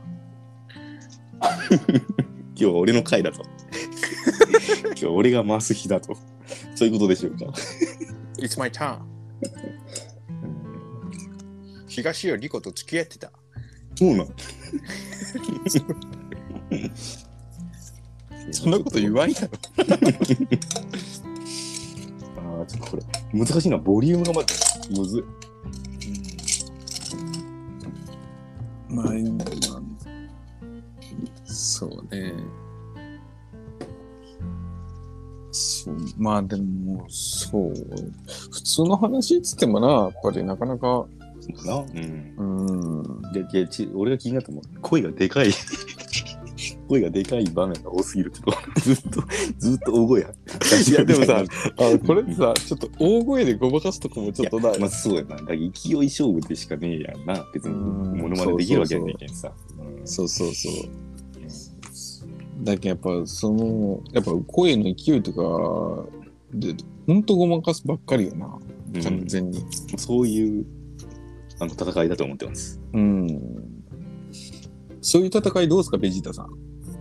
今日は俺の回だと今日は俺が回す日だとそういうことでしょうか？ It's my turn 東尾理子と付き合ってた。 そうなんそんなこと言わんやろああちょっとこれ難しいな。ボリュームがまずむずい。 まあ、まあ、そうね。そうまあでもそう普通の話っつってもなやっぱりなかなかそうな。うん。うん。ででち俺が気になったもん声がでかい。 声がでかい場面が多すぎる。ちょっとずっと、ずっと大声や。 いや、でもさ、あこれってさ、ちょっと大声でごまかすとこもちょっとない。 まあそうやな。だから勢い勝負でしかねえやんな。別にモノマネできるわけやねんけんさ。 そうそうそう。だけどやっぱその、やっぱ声の勢いとかで、ほんとごまかすばっかりよな。完全に。 うん、そういうあの戦いだと思ってます。 うん。そういう戦いどうですか、ベジータさん。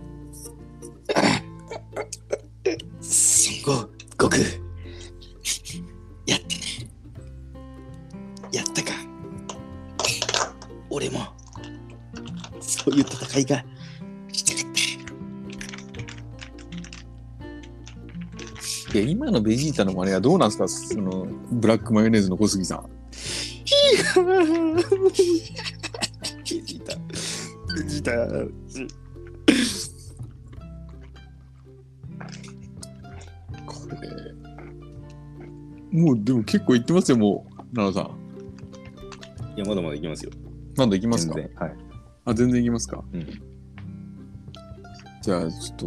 すごごくやってね。やったか。俺もそういう戦いがしたかった。 いや、今のベジータの真似はどうなんですか、そのブラックマヨネーズの小杉さん。 ベジータベジータこれもうでも結構いってますよ、もう奈良さん。 いや、まだまだいきますよ。 まだいきますか。 全然、はい。 あ、全然いきますか。 うん。 じゃあちょっと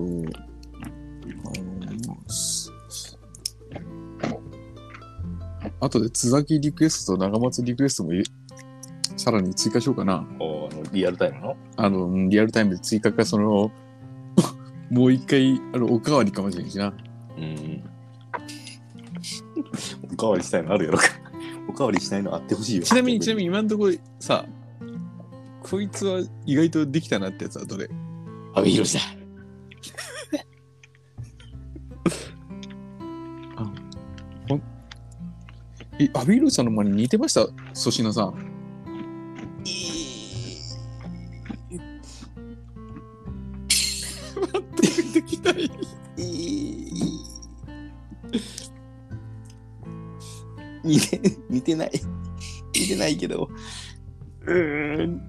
あの後で津崎リクエストと長松リクエストもさらに追加しようかな。 おあのリアルタイムのあのリアルタイムで追加か、そのもう一回あのおかわりかもしれんしな。 うん。おかわりしたいのあるやろか。おかわりしたいのあってほしいよ。 ちなみにちなみに今のところさ、こいつは意外とできたなってやつはどれ？ 阿部寛だ。 あ、ほんえ、阿部寛さんの前に似てました、粗品さん。全くできない。 似て、似てない。似てないけど。うーん。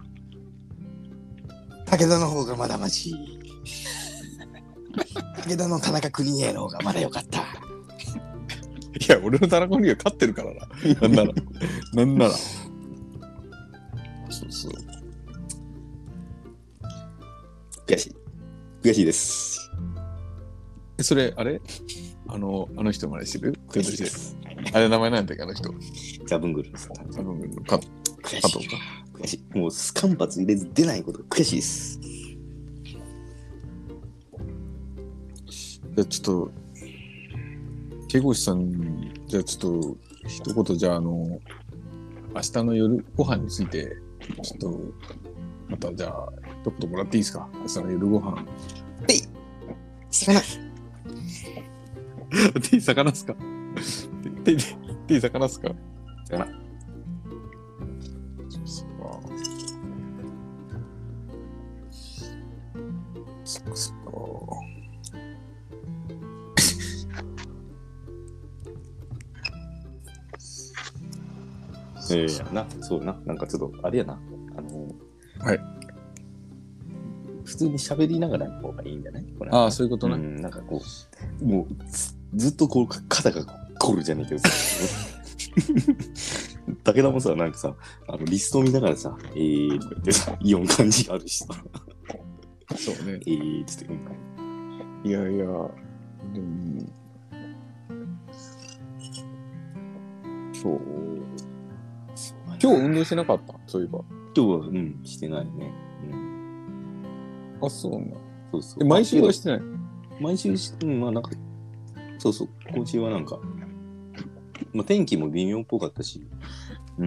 武田の方がまだまし。武田の田中邦衛の方がまだ良かった。 いや、俺の田中には勝ってるからな。なんなら。なんなら。そうそう。 悔しい。悔しいです。 それ、あれあの、あの人までしてる？ 悔しいです。 あれ名前なんだっけ、あの人。 ザブングルです。 ザブングルのカッ悔しい。悔しい。もうスカンパツ入れず出ないこと悔しいです。 じゃあちょっと、ケイゴシさん、じゃあちょっと、一言じゃあ、あの、明日の夜ご飯について、ちょっと、またじゃあ、一言もらっていいですか？明日の夜ご飯。 えい魚手魚っすか？手、手、手魚っすか？ 魚。 そっかそっか。 ええー、な、そうな、なんかちょっと、あれやな、あのー、 はい。 普通に喋りながらの方がいいんだね。 ああ、そういうことね。 うん、なんかこう、もうず、ずっとこう、肩が凝るじゃねえけどさ。武田もさ、なんかさ、あのリスト見ながらさ、えーとか言ってさ、イオン感じがあるしさ。 そうね。 えーつって、うん。 いやいや、でも、今日、今日運動してなかった？そういえば。 今日は、うん、してないね。うん、 あ、そうなんだ。 そうそう。 毎週はしてない？ 毎週し、うん、まあなんか、そうそう、今週はなんか、まあ天気も微妙っぽかったし、うん、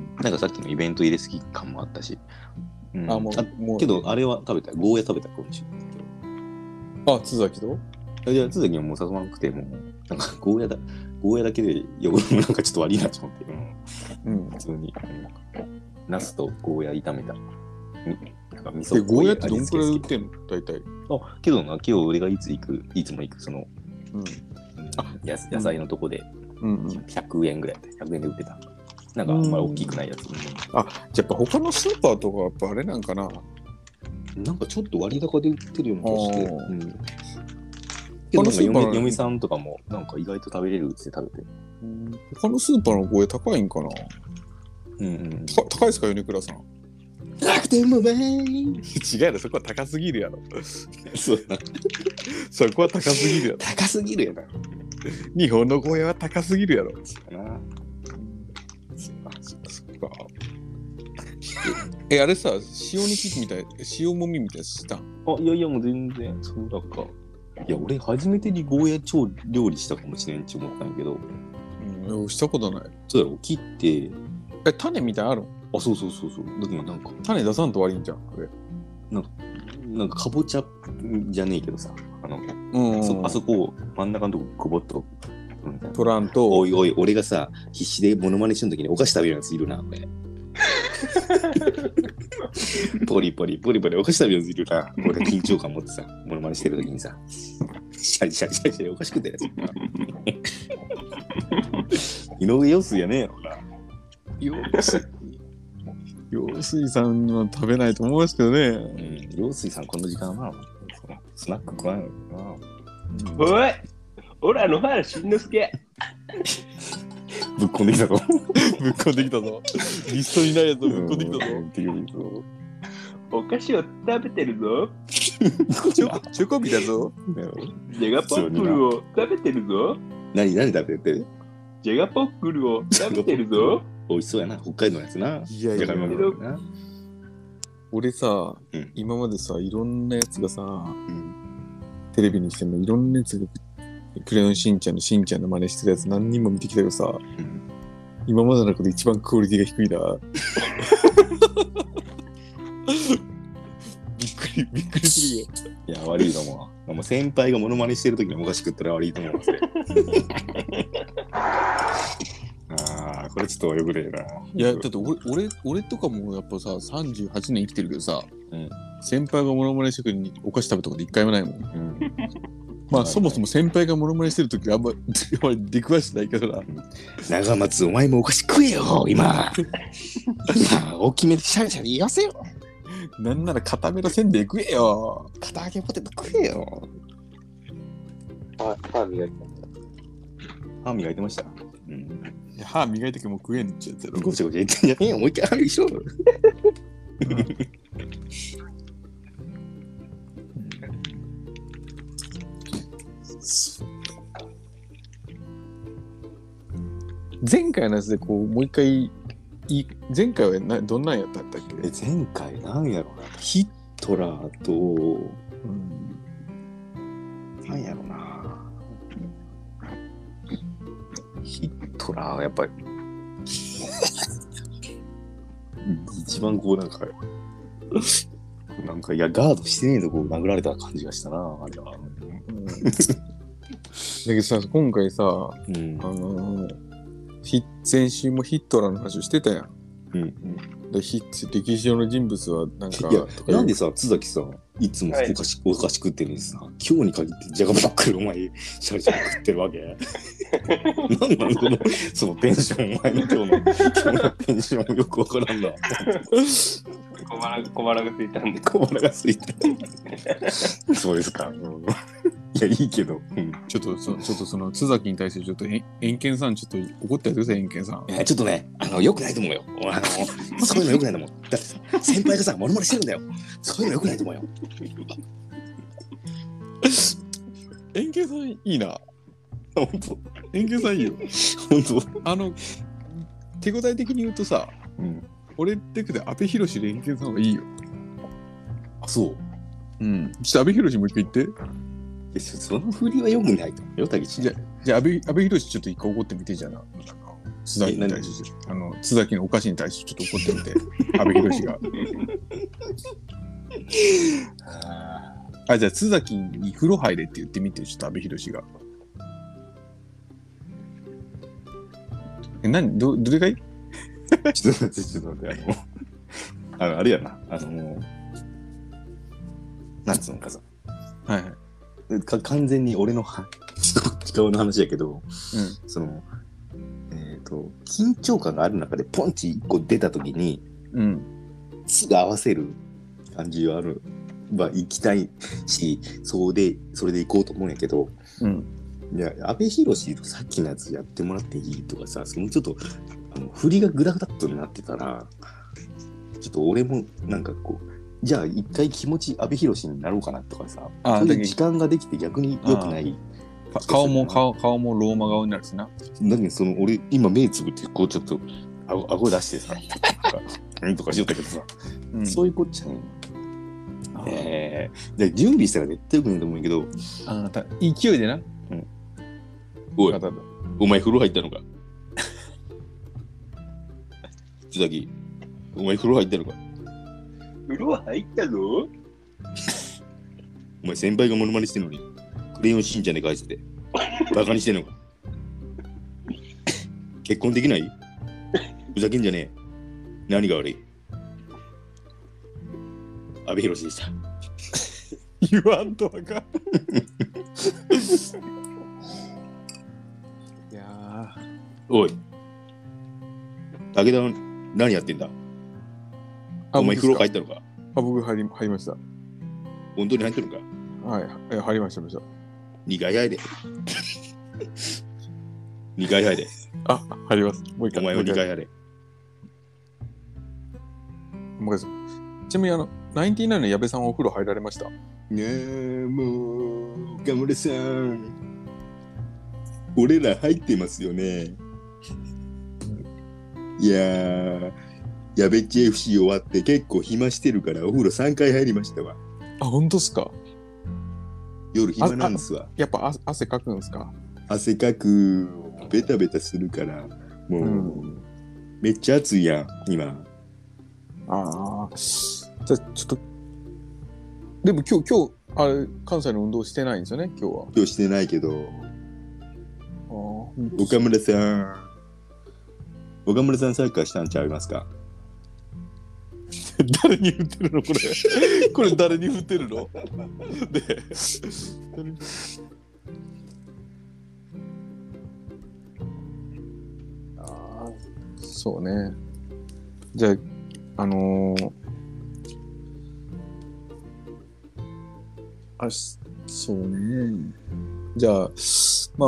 なんかさっきのイベント入れすぎ感もあったし、うん、 あ、もう、 あもうけど、あれは食べた、ゴーヤ食べた、今週。 あ、津崎と？ いや、津崎はもう誘わなくて、もう、なんかゴーヤだ、ゴーヤだけで呼ぶのなんかちょっと悪いなと思って、うん、うん、普通に、うん、ナスとゴーヤ炒めた。なんか味噌ゴーヤってどんくらい売ってんの？大体。 あ、けどな、今日俺がいつ行く、いつも行く、その、うん、あや野菜のとこで、うん、ひゃくえんぐらい、ひゃくえんで売ってた。なんかあんまり大きくないやつ。うん、 あ、じゃあやっぱ他のスーパーとかやっぱあれなんかな？ なんかちょっと割高で売ってるような気がして。うん、けどなんか嫁、嫁さんとかもなんか意外と食べれるって食べて。 うん、他のスーパーのゴーヤ高いんかな？ うんうん。 高いですか、米倉さん？ 楽天もべー違うやろ、そこは高すぎるやろ。 そうやな。 そこは高すぎるやろ。 高すぎるやな。 日本の声は高すぎるやろ。 そうやな。 そっか。え、あれさ、塩煮きみたい、塩もみみたいなした？ あ、いやいや、もう全然、そうだか。いや、俺、初めてにゴーヤ超料理したかもしれんって思ったんやけど。 うん、したことない。 そうやろ、切って。 え、種みたいなのあるの？ あ、そうそうそうそう。だけどなんか。 種出さんと悪いんじゃん、これ。 なんか、なんかかぼちゃじゃねえけどさ、あの、 うん、 そあそこを真ん中のとこくぼっと。 取らんと。 おいおい、俺がさ、必死でモノマネしてるときにお菓子食べるやついるな、これ。ポリポリポリポリお菓子食べるやついるな。俺緊張感持ってさ、モノマネしてるときにさ、シャリシャリシャリシャリお菓子食ってるやつ。井上陽水やねえよな。 陽水。陽水さんは食べないと思いますけどね。 うん、陽水さんこの時間はな、スナック食わんよな。おいおら、野原しんのすけぶっこんできたぞ。 ぶっこんできたぞ。リストにないやつをぶっこんできたぞ。 お菓子を食べてるぞ。 チョ, チョコビだぞ。 ジャガポックルを食べてるぞ。 何何食べてる？ ジャガポックルを食べてるぞ。 美味しそうやな、北海道のやつな。 いやいやいや、俺さ、うん、今までさ、いろんなやつがさ、うん、テレビにしてもいろんなやつがクレヨンしんちゃんのしんちゃんの真似してるやつ何人も見てきたけどさ、うん、今までの中で一番クオリティが低いな。びっくりびっくりするよ。 いや悪いと思う。もう先輩がモノマネしてる時にお菓子食ったら悪いと思いますね。ああこれちょっとよくねえな。 いやだって俺俺俺とかもやっぱささんじゅうはちねん生きてるけどさ、うん、先輩がモノマネしてる時にお菓子食べたこと一回もないもん。うん、まあそもそも先輩がモノマネしてる時あんまり出くわしてないけどな。 長松お前もお菓子食えよ今。大きめでシャリシャリ言わせよ。 なんなら固めのせんべい食えよ。 片揚げポテト食えよ。 あ、歯磨いてました。 歯磨いてました。 うん。いや歯磨いてけも食えんっちゃってる。 ごちゃごちゃ言ってんじゃねえよ。もう一回歯磨きしろ。 前回のやつでこうもう一回い前回はなどんなんやったんだっけ？ え前回なんやろなヒットラーと、うん、なんやろなヒットラーはやっぱり一番こうなんかなんかいやガードしてねえとこ殴られた感じがしたなあれは。うん、だけどさ今回さ、うん、あのー先週もヒットラーの話をしてたやん。うんうん、でヒ歴史上の人物はなんかいやなんでさ津崎さいつもお菓子、はい、お菓子食ってるのにさ今日に限ってジャガバックルお前シャリシャリ食ってるわけなんなのこのそのテンションお前の今日の今日のテンションよくわからんな。 小腹小腹がついたんで小腹がついたそうですか。いやいいけど、 うん、ちょっとそちょっとその津崎に対してちょっと偏見さんちょっと怒ってやってください偏見さん。 いやちょっとねあの良くないと思うよ。あのそういうの良くないと思う。だって先輩がさモノマネしてるんだよ。そういうの良くないと思うよ。 偏見さんいいな。 本当。 偏見さんいいよ。 本当。 あの手応え的に言うとさ、うん、俺ってくで阿部寛で偏見さんはいいよ。 あそう。 うん。ちょっと阿部寛もう一回言って。 その振りはよくないと思うよ、田口。 じゃあ、じゃあ、阿部寛ちょっと一回怒ってみて、じゃあな。津崎に対して、あの、津崎のお菓子に対してちょっと怒ってみて、阿部寛が。あ、じゃあ、津崎に風呂入れって言ってみて、ちょっと阿部寛が。え、何ど、どれがいいちょっと待って、ちょっと待って、あの、あの、あれやな、あの、なんつうのかさ。 はいはい。 か完全に俺の顔の話やけど、うん、そのえっ、ー、と緊張感がある中でポンチいっこ出た時に、うん、すぐ合わせる感じはあるは行きたいし、そうでそれで行こうと思うんやけど、うん、いや阿部寛とさっきのやつやってもらっていいとかさ、そのちょっとあの振りがグダグダっとなってたらちょっと俺もなんかこうじゃあ一回気持ち阿部寛になろうかなとかさ、 あそういう時間ができて逆に良くない。 顔も顔顔もローマ顔になるしな。 だけどその俺今目つぶってこうちょっと顎顎出してさうんとかしよったけどさ、うん、そういうこっちゃねえー、で準備したら絶対よくないと思うんやけど、 あた勢いでな、うん、 おいお前風呂入ったのか津崎お前風呂入ったのか。 風呂入ったの？ お前先輩がモノマネしてんのにクレヨンしんちゃんで返しててバカにしてんのか。結婚できない？ふざけんじゃねえ。何が悪い？阿部寛でした。 言わんとわかん。いやおい武田何やってんだ。お前風呂入ったのか。 あ、僕入り入りました。 本当に入ってるのか。 はい、え入りましたました。 にかい入れ。にかい入れ。 あ、入ります。もう一回。 お前はにかい入れ。 もう一回。ちなみにあのナインティナインの矢部さんはお風呂入られました？ ねえもう岡村さん、俺ら入ってますよね。いやー。やべっち エフシー 終わって結構暇してるからお風呂さんかい入りましたわ。 あ、ほんとっすか？ 夜暇なんすわ。 やっぱ汗かくんすか？ 汗かく、ベタベタするから、もう、うん、めっちゃ暑いやん、今。 ああ、じゃあちょっと、でも今日、今日、あれ、関西の運動してないんですよね、今日は。 今日してないけど、あ岡村さん、岡村さんサッカーしたんちゃいますか？ 誰に振ってるのこれこれ誰に振ってるのであそうね。じゃああのー、あそうね。じゃあまあ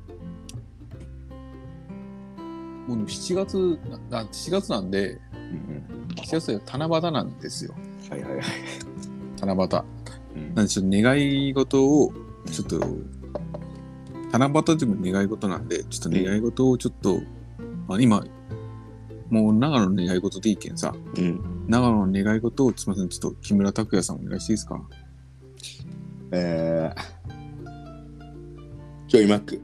もうしちがつなしがつなんで、うん、しがつは七夕なんですよ。 はいはいはい。 七夕。うん、なんでちょっと願い事をちょっと、うん、七夕でも願い事なんでちょっと願い事をちょっと、うん、あ今もう長野の願い事でいいけんさ、うん、長野の願い事をすみませんちょっと木村拓哉さんお願いしていいですか？ えー、ちょいマック。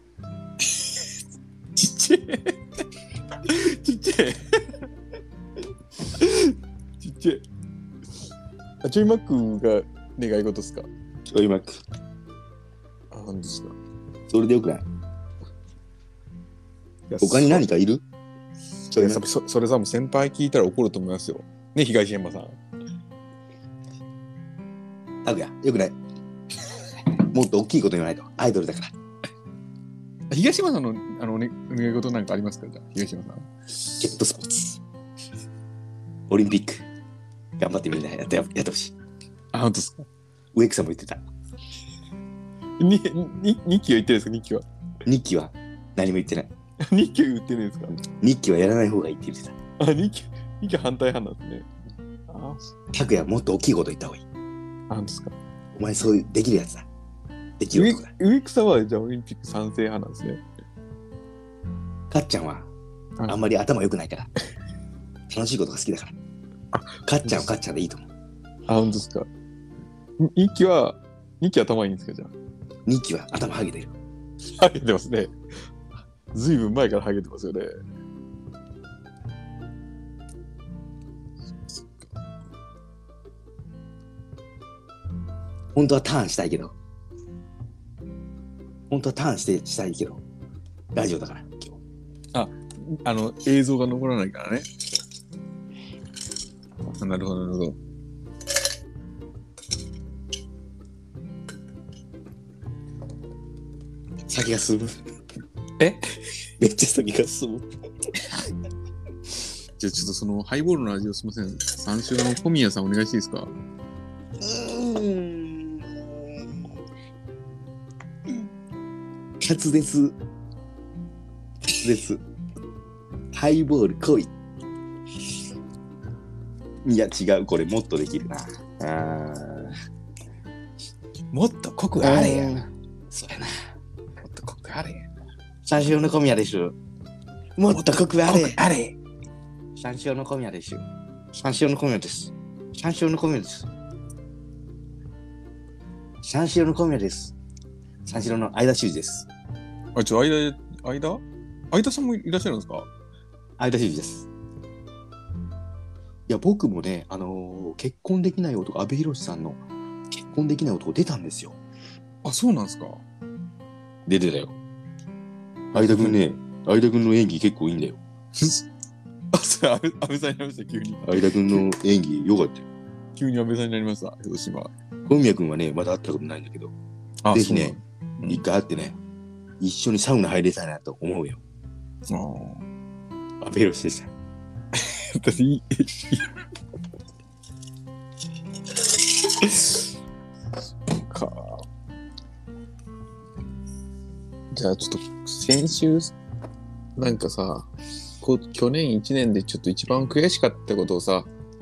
ちっちゃいちっちゃいちっちゃいあ、ちょいマックが願い事っすか？ ちょいマック。 あ、なんですか？ それでよくない？他に何かいる？ ちょいそ, それさもう先輩聞いたら怒ると思いますよね。東山さん拓也よくない？もっと大きいこと言わないとアイドルだから。 東山さんのあの、ね、願い事なんかありますか？じゃあ東山さん。 ジェットスポーツ、オリンピック頑張ってみんなやってやってほしい。 あ、本当ですか？ 植草も言ってた。 にに日記は言ってないですか？日記は日記は何も言ってない。 日記は言ってないですか？ 日記はやらない方がいいって言ってた。あ、日記日記反対派なんですね。 あ、拓也もっと大きいこと言った方がいい。 あ、本当ですか？ お前そういうできるやつだ。できる男だ。 植草はじゃあオリンピック賛成派なんですね。 かっちゃんはあんまり頭良くないから楽しいことが好きだから、かっちゃんはかっちゃんでいいと思う。 あ、本当ですか？日記は日記頭いいんですか？じゃあ日記は頭ハゲてる。 ハゲてますね。ずいぶん前からハゲてますよね。 本当はターンしたいけど本当はターンしてしたいけどラジオだから今日。 あ、あの映像が残らないからね。あ、なるほどなるほど。 先が進む。 え？ めっちゃ先が進む。 じゃあちょっとそのハイボールの味をすみません。三種の小宮さんお願いしていいですか？うーん。 滑舌。滑舌。ハイボール濃い。 いや違う、これもっとできるな。あもっと濃くあれや。 そうやな。 もっと濃くあれや。 山椒の小宮でしゅ。もっと濃くあれ。 あれ。 山椒の小宮でしゅ。山椒の小宮です。山椒の小宮です。山椒の小宮です。三四郎の相田修二です。 あ、ちょ、間、間相田さんもいらっしゃるんですか？ 相田修二です。いや、僕もね、あのー、結婚できない男、阿部寛さんの結婚できない男出たんですよ。 あ、そうなんですか？ 出てたよ。相田くんね、相田くんの演技結構いいんだよ。 あ、それ安倍、安倍さんになりました、急に。 相田くんの演技良かったよ。 急に安倍さんになりました、広島。 小宮くんはね、まだ会ったことないんだけど、ぜひね、うん、一回会ってね、一緒にサウナ入れたいなと思うよ。ああ。阿部寛でした。 私、いい。か。じゃあちょっと先週なんかさ、こう去年いちねんでちょっと一番悔しかったことをさ、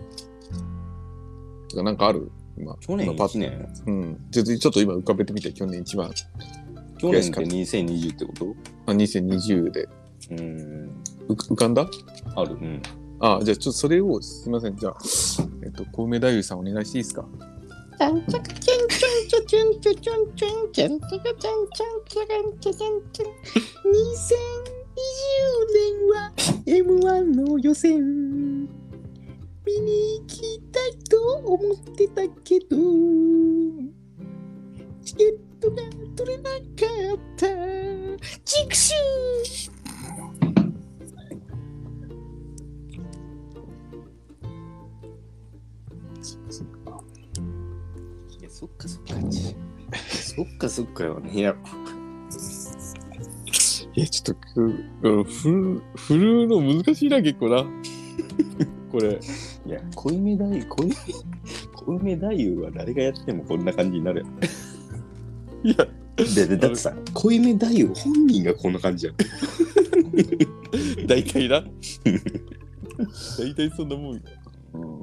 てかなんかある？今去年いちねん？ うん。ちょっとちょっと今浮かべてみて、去年一番。 去年ってにせんにじゅうってこと？ あ、にせんにじゅうで。 うーん。 浮かんだ？ ある。うん。 あ、じゃあちょっとそれをすみません。じゃあえっと小梅太夫さんお願いしていいですか？ ちゃんちゃかちゃんちゃんちゃんちゃんちゃんちゃんちゃんちゃかちゃんちゃんちゃんちゃんちゃんちゃんにせんにじゅうねんは エムワン の予選見に行きたいと思ってたけどチケットが取れなかったチクシュー。 そっかそっかそっかそっかよね。いやいやちょっと振る振るの難しいな結構なこれ。 いや小梅太夫小梅小梅太夫は誰がやってもこんな感じになる。いやででだってさ小梅太夫本人がこんな感じやん。 大体な大体そんなもんよ。うん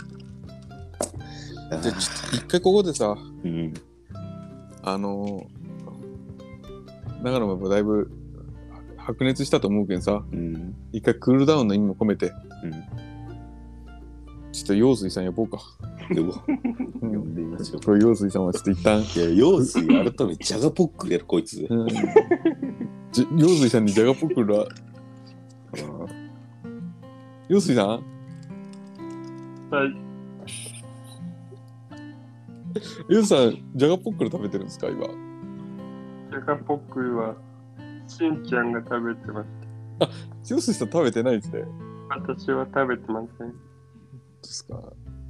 じゃあちょっと一回ここでさ、うん、あの長野もやっぱだいぶ白熱したと思うけんさ、うん、一回クールダウンの意味も込めて、うん、ちょっと陽水さん呼ぼうか。 呼ぼう。呼んでみましょう。 これ陽水さんはちょっと一旦。 いや陽水改めジャガポックルやろこいつ。うん、 陽水さんにジャガポックルは。陽水さん。 はい。 ゆうさん、ジャガポックル食べてるんですか、今。 ジャガポックルは、しんちゃんが食べてました。 あ、しおすしさん食べてないですね。 私は食べてません。 ですか。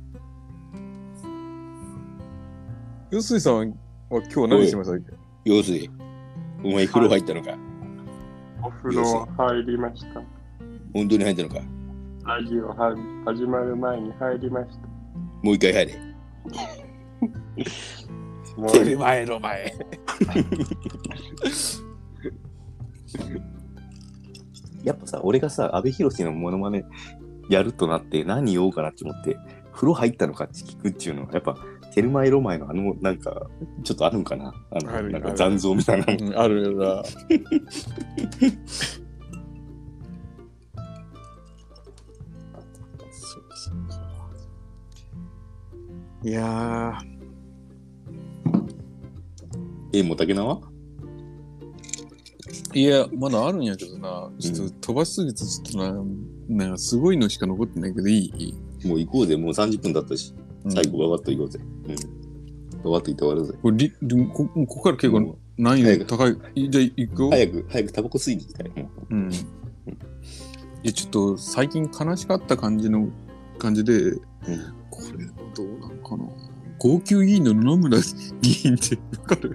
よすいさんは今日何しましたっけ？ よすい、お前風呂入ったのか？ お風呂入りました。 本当に入ったのか？ ラジオ始まる前に入りました。 もう一回入れ。 テレ前の前やっぱさ俺がさ阿部寛のモノマネやるとなって何言おうかなって思って風呂入ったのかって聞くっていうのはやっぱテルマエロマエのあのなんかちょっとあるんかなあのあなんか残像みたいなの、 うん、あるよないやーえもう竹縄いやまだあるんやけどなちょっと飛ばしすぎてちょっとな、なんかすごいのしか残ってないけどいいもう行こうぜもうさんじゅっぷん経ったし、うん、最後ババッと行こうぜうんババッと行って終わるぜこれリリこここから結構難易度高いじゃあ行くよ早く早くタバコ吸いに行きたいうんいやちょっと最近悲しかった感じの感じで、うん、これどうなんかな号泣議員の野村議員ってわかる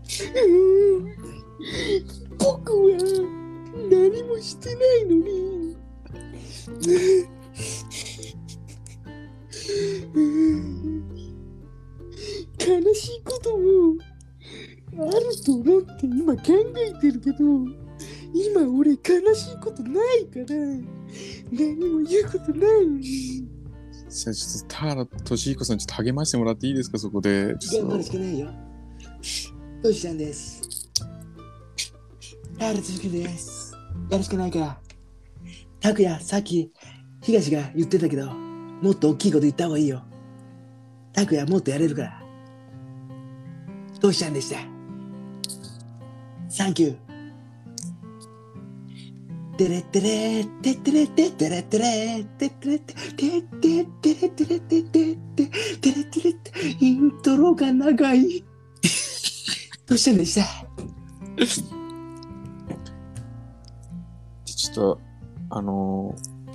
僕は何もしてないのに悲しいこともあると思って今考えてるけど今俺悲しいことないから何も言うことないのにさあちょっと田原俊彦さんちょっと励ましてもらっていいですか、そこで。 頑張るしかないよ。トシちゃんです。田原俊彦です。やるしかないから。拓也、さっき東が言ってたけど、もっと大きいこと言った方がいいよ。拓也もっとやれるから。トシちゃんでした。サンキュー。テレテレテテレテテレテレテテレテテテテレテレテテテテレテレテイントロが長い。どうしたんでした？ ちょっとあの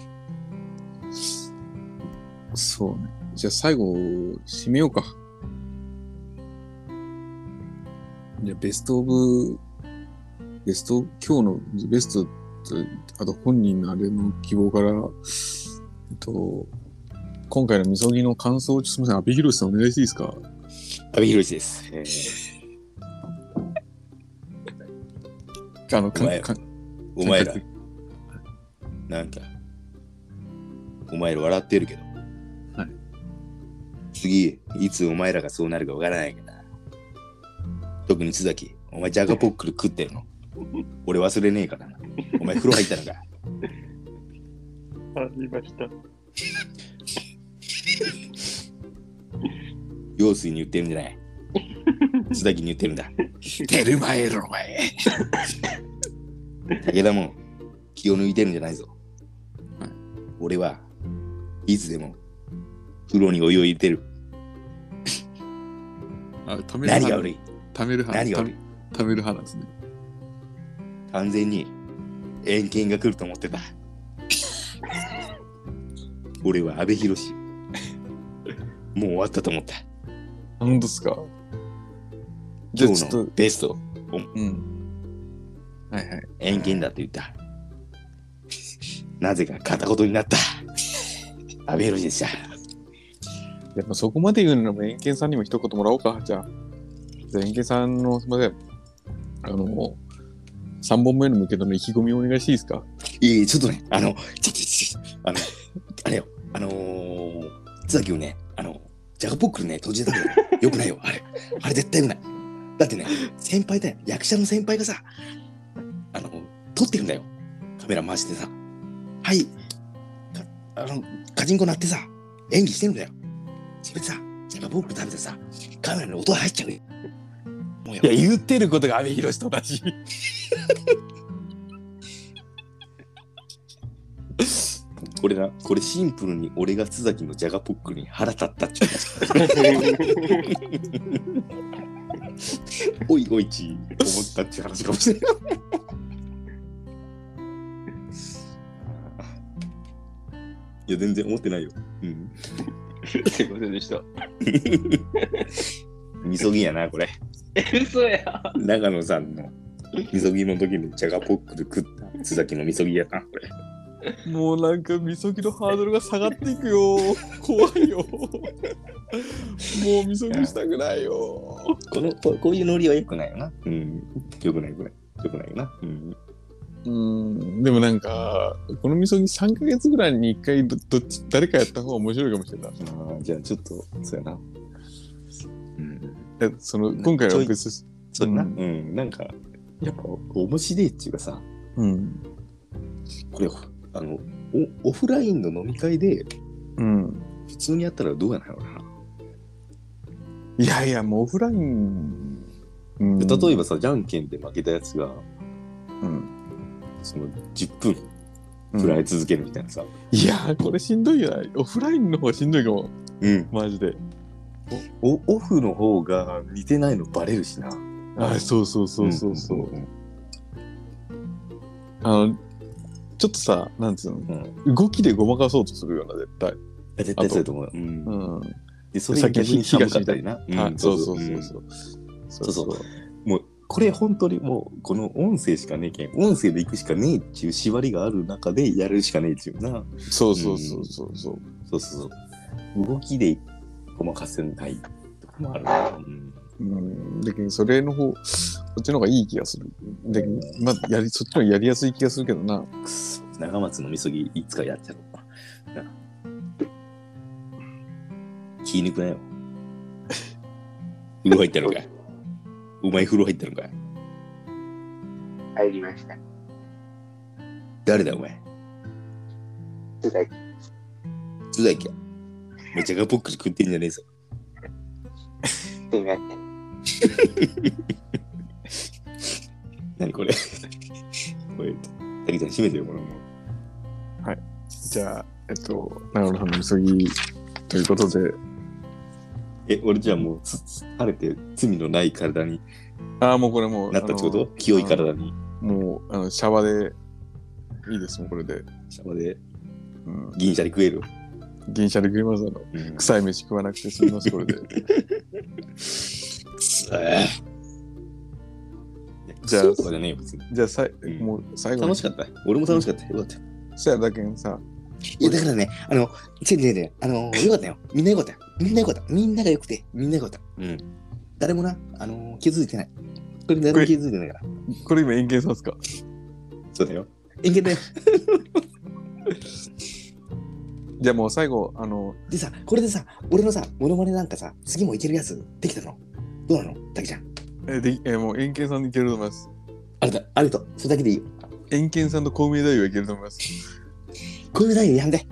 ー、そうね。じゃあ最後締めようか。じゃあベストオブベスト今日のベストあと本人のあれの希望から、えっと、今回のみそぎの感想をすみません、阿部寛さんお願いしていいですか？ 阿部寛です。えー、あのお前かお前ら、なんか、お前ら笑ってるけど、 はい、 次、いつお前らがそうなるかわからないから。特に津崎、お前ジャガポックル食ってるの？俺忘れねえからな。お前風呂入ったのか？ ありました。 用水に言ってるんじゃない。津崎に言ってるんだ。テルマエロお前。武田も気を抜いてるんじゃないぞ。はい、俺はいつでも風呂にお湯を入れてる。 あ、ためる何が悪い？ ためる派。 何が悪い？ ためる派なんですね。 完全に偏見が来ると思ってた。俺は阿部寛。もう終わったと思った。 本当ですか？じゃあ今日のちょっとベスト。 うん。はいはい。 偏見だと言った。なぜか片言になった。阿部寛でした。 やっぱそこまで言うのもエンケンさんにも一言もらおうか。じゃあ。じゃあエンケンさんのすみません。あの、さんぼんめの向けての意気込みをお願いしていいですか？ いい、ちょっとね、あの、ちょちょちょ、あの、あれよ、あのー、津崎をね、あの、ジャガポックルね、閉じたけど、よくないよ、あれ。あれ絶対よくない。だってね、先輩だよ、役者の先輩がさ、あの、撮ってるんだよ。カメラ回してさ、はい、あの、カチンコ鳴ってさ、演技してるんだよ。それでさ、ジャガポックル食べてさ、カメラに音入っちゃうよ。もういや、言ってることが阿部寛と同じ。 これな、これシンプルに俺が津崎のジャガポックルに腹立ったっちゅうおいおいち思ったっちゅう話かもしれない。いや全然思ってないよ。うん。 すいませんでした。 みそぎやなこれ。 嘘や。 長野さんのみそぎの時にジャガポックル食った津崎のみそぎやなこれ。 もうなんかみそぎのハードルが下がっていくよ。怖いよ。もうみそぎしたくないよ。 このここういうノリは良くないよな。うん。良くない良くない良くないよな。うん。 うーん。でもなんかこのみそぎさんかげつぐらいにいっかい ど, どっち誰かやった方が面白いかもしれない。ああじゃあちょっとそうやな。 うん。その今回は別にそうやな。うん、うん、なんかやっぱ面白いっていうかさ。 うん。 これあのオフラインの飲み会で、 うん、 普通にやったらどうやなのかな。 いやいやもうオフライン、 うん、例えばさじゃんけんで負けたやつが、うん、そのじゅっぷんフライ続けるみたいなさ、 うん、いやこれしんどいやない。オフラインの方がしんどいかも。うんマジでおオフの方が似てないのバレるしな。 あそうそうそうそうそう、うんうんうん、あのちょっとさ、なんつうの、うん、動きでごまかそうとするような、絶対。 絶対そうだと思う。うん。うん、で、それが逆に東みたいな。 うん、そうそうそうそう。 そうそう。もう、これ本当にもう、この音声しかねえけん、音声で行くしかねえっていう縛りがある中でやるしかねえっていうな。 そうそうそうそうそう。 そうそうそう。動きでごまかせないとこもあるな。 うん。だけど、それの方、こっちの方がいい気がする。で、まあ、やり、そっちの方がやりやすい気がするけどな。 長松のみそぎいつかやっちゃう気抜くなよ。風呂入ったのかい。お前風呂入ったのかい。 入りました。 誰だお前。 つだき。 つだきゃ。めっちゃガポックス食ってんじゃねえぞ。 すいません。 何これ。これ、たけちゃん閉めてよ、このもう。はい。じゃあ、えっと、長野さんのみそぎということで。 え、俺じゃあもう、つ、つ、晴れて罪のない体に。 ああ、もうこれもう。 なったってこと？清い体に。 もう、あの、シャワーで、いいですもん、これで。 シャワーで、 うん、 銀シャリ食える？ 銀シャリ食います、あの、うん、臭い飯食わなくて済みます、これで。じゃあ、 そうじゃねえよ、別に。 じゃあさい、うん、もう最後楽しかった。俺も楽しかった。よかった。 そやだけんさ。 いや、だからね、あの、違う違う違う、あの、よかったよ。みんなよかったよ。みんなよかった。みんながよくて、みんなよかった。うん。誰もな、あの、気づいてない。これ誰も気づいてないから。 これ今、円形さんすか？ そうだよ。円形だよ。 じゃあもう最後、あの。 でさ、これでさ、俺のさ、モノマネなんかさ、次もいけるやつできたの？どうなの？たけちゃん。 え、で、え、もう円形さんでいけると思います。 あれだ、ありがとう。それだけでいいよ。 円形さんと孔明太夫はいけると思います。 孔明太夫やんで。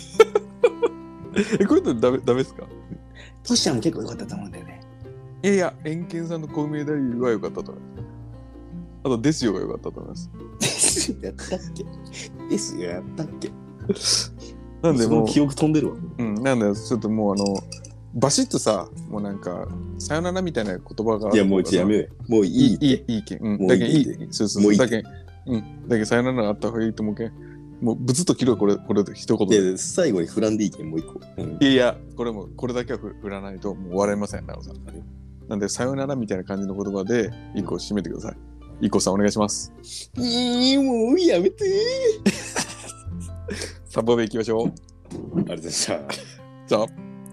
え、これってダメ、ダメですか？ トシちゃんも結構良かったと思うんだよね。 いやいや、円形さんと孔明太夫は良かったと思います。あと、ですよが良かったと思います。 ですよやったっけ？ですよやったっけ？ なんでもう、 記憶飛んでるわ。 うん、なんでちょっともうあの、バシッとさ、もうなんか、さよならみたいな言葉がある。 いや、もうやめよう。もういいって。 いい、いいけん。うん。 もういいだけいい。そうそうそう。だけうん。だけさよならあった方がいいと思うけん。もう、ブツッと切ろう、これ、これで一言で。 いや、最後に振らんでいいけん、もう一個。 うん、いやいや、これも、これだけは振らないと、もう終われません、なおさん。なんで、さよならみたいな感じの言葉で、一個締めてください。一個さん、お願いします。 いい、もうやめてー。 さんぼんめいきましょう。 ありがとうございました。 じゃあ。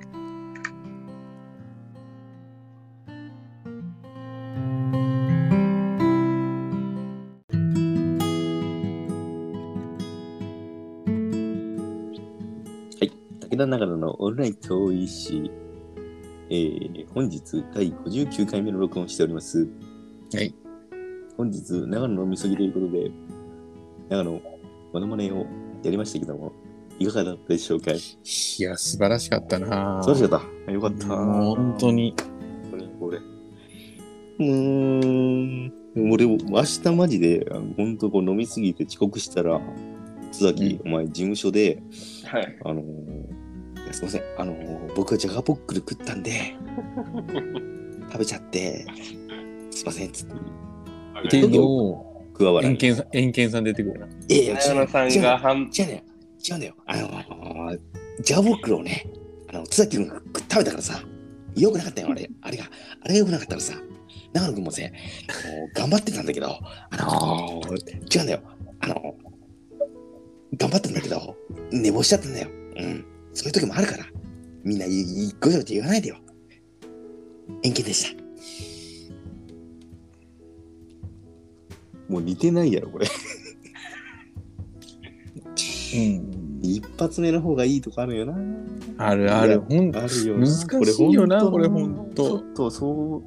武田長野のオンライン教師誌、えー、本日だいごじゅうきゅうかいめの録音をしております。 はい。 本日、長野のみそぎということで、長野、モノマネをやりましたけども、いかがだったでしょうか？いや、素晴らしかったな。 素晴らしかった。よかった。 もう本当に。 本当に、俺。うーん。俺、明日マジで、本当こう飲みすぎて遅刻したら、津崎、うん、お前事務所で、 はい。 あのー、すいません、あのー、僕はジャガポックル食ったんで、食べちゃって、すいません、つって。 っていうのを、 加わら円形さん、円形さん出てくるな。 いやいや、 長野さんが半、 違うね。違うんだよ。あのー、ジャガポックルをね、あの、津崎君が食べたからさ、よくなかったよ、あれ。あれが、あれがよくなかったからさ、長野君もね、頑張ってたんだけど、あのー、違うんだよ。あのー、頑張ったんだけど、寝坊しちゃったんだよ。うん。そういう時もあるから。みんな、ごちゃごちゃ言わないでよ。円形でした。もう似てないやろ、これ。うん。一発目の方がいいとこあるよな。 あるある。ほんあるよな。難しいよな、これほんと。 ちょっとそう、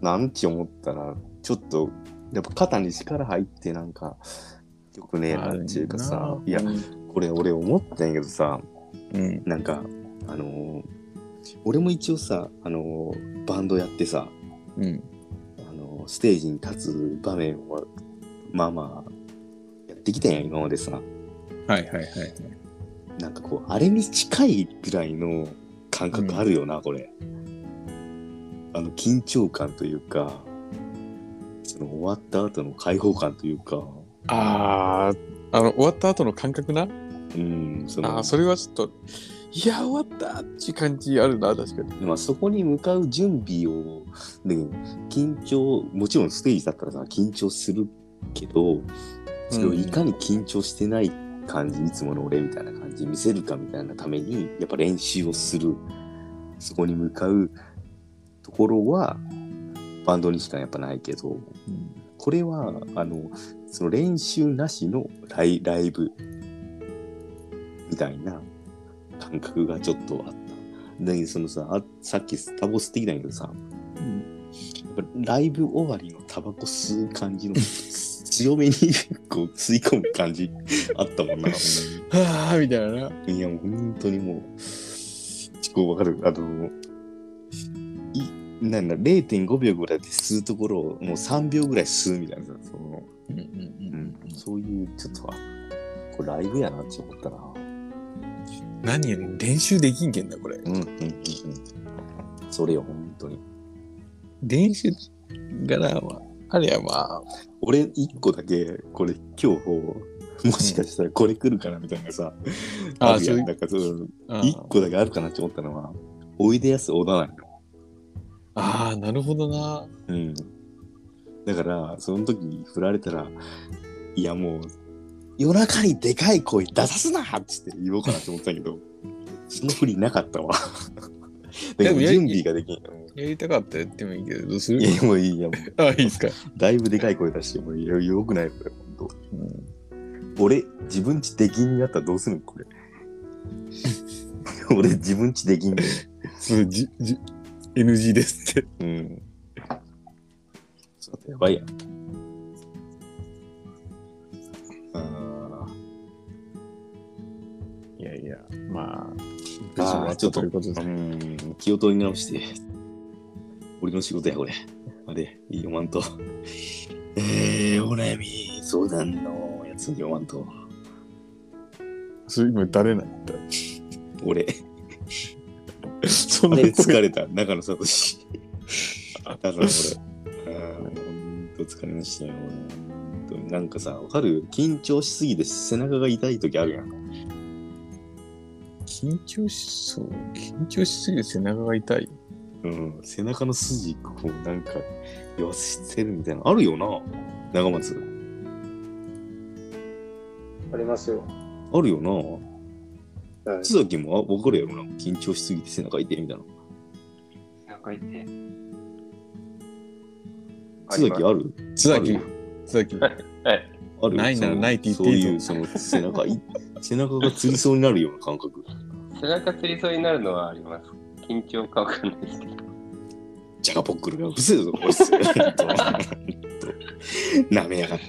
なんて思ったら、ちょっと、やっぱ肩に力入ってなんか、よくねえなっていうかさ、いや、これ俺思ったんやけどさ、うん、なんか、あのー、俺も一応さ、あのー、バンドやってさ、うん、あのー、ステージに立つ場面を、まあまあ、やってきたんや、今までさ。 はいはいはい。 なんかこう、あれに近いぐらいの感覚あるよな、うん、これ。あの、緊張感というか、その終わった後の解放感というか、 ああ、あの、終わった後の感覚な。 うん、 そのあそれはちょっと、いや、終わったっていう感じあるな、確かに。 まあ、そこに向かう準備を、ね、緊張、もちろんステージだったらさ、緊張するけど、それをいかに緊張してない感じ、うん、いつもの俺みたいな感じ見せるかみたいなために、やっぱ練習をする。そこに向かうところは、バンドにしかやっぱないけど、うん、これは、あの、その練習なしのライ、ライブみたいな感覚がちょっとあった。 だけどそのさ、あさっきタバコ吸ってきたんやけどさ、うん、やっぱライブ終わりのタバコ吸う感じの強めにこう吸い込む感じあったもんな。 はぁみたいなな。 いやもう本当にもう、こうわかる。あの、いなんだ れいてんごびょうぐらいで吸うところをもうさんびょうぐらい吸うみたいなさ、その、うんうんうん、そういうちょっとこれライブやなって思ったな。 何やねん、練習できんけんだこれ。 うんうんうんうん。それよ本当に。 練習がな、まあ、あれやまあ、 俺一個だけこれ今日もしかしたらこれ来るかなみたいなさ、うん、あるやん。なんかそう一個だけあるかなって思ったのは、おいでやす小田なんよ。 ああ、なるほどな。 うん。だからその時に振られたら、いやもう夜中にでかい声出さすなっつって言おうかなと思ったけど、その振りなかったわ。でも準備ができん。 やりたかったらやってもいいけど、どうする？ いや、もういいや。もうあ、いいですか。 だいぶでかい声出してもよ、よくないこれ、ほんと。うん、俺、自分ち出禁になったらどうするのこれ。俺、自分ち出禁で。 それ、じ、じ、エヌジー ですって。 うん。そうだ、やばいやん。あいやいや、まあ、 無事はちょっと、うん、気を取り直して。俺の仕事や、これ。あれ、読まんと。えー、お悩み相談のやつ読まんと。 それ今誰なんだ？ 俺。 そんなに疲れた、中野聡。だから俺、あほんと疲れましたよ。なんかさ、わかる？緊張しすぎて背中が痛い時あるやん。 緊張しそう。緊張しすぎて背中が痛い。 うん、背中の筋こうなんか言わせるみたいなあるよな、長松。 ありますよ。 あるよな。 はい、 津崎も分かるやろな、緊張しすぎて背中痛いみたいな。 背中痛い。 津崎ある？ 津崎。津崎。 はい。 ある。 ないならないって言っていいぞ。そういうその背中い背中がつりそうになるような感覚。 背中つりそうになるのはあります。緊張かわかんないですけど。 ジャガポックルがうるせえぞ、こいつ。なめやがって。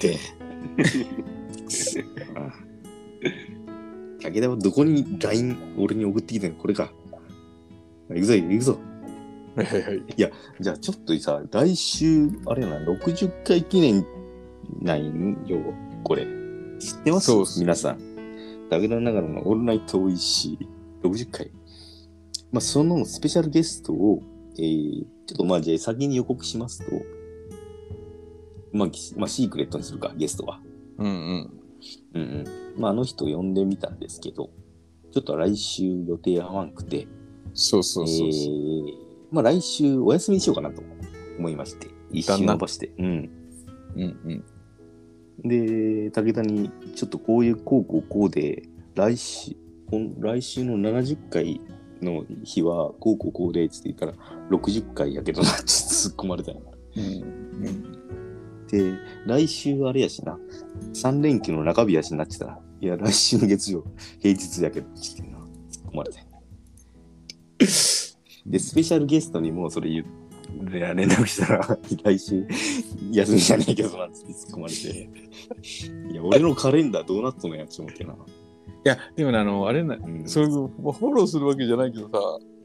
武田はどこに ライン 俺に送ってきてんの？これか。行くぞ、行くぞ。 はいはいはい。 いや、じゃあちょっとさ、来週、あれやな、ろくじゅっかい記念ないんよ、これ。知ってます？そう皆さん。武田長野のオールナイトおいしいろくじゅっかい。まあ、そのスペシャルゲストを、えー、ちょっとまあ、じゃあ先に予告しますと、まあ、まあ、シークレットにするか、ゲストは。 うんうん。 うんうん。まあ、あの人呼んでみたんですけど、ちょっと来週予定合わんくて、 そうそうそうそう。えー、まあ、来週お休みにしようかなと思いまして、一週伸ばして。うん。 うんうん。で、武田に、ちょっとこういう、こうこうこうで、来週、来週のななじゅっかい、の日はこうこうこうでって言ったらろくじゅっかいやけどなって突っ込まれたよ、うんうん、で来週あれやしなさん連休の中日やしなってたらいや来週の月曜平日やけどって突っ込まれたよでスペシャルゲストにもそれ言う連絡したら来週休みじゃねえけどなって突っ込まれていや俺のカレンダーどうなっとんのやって思ってな。 いや、でもね、あの、あれな、うん、それフォローするわけじゃないけどさ、 うん、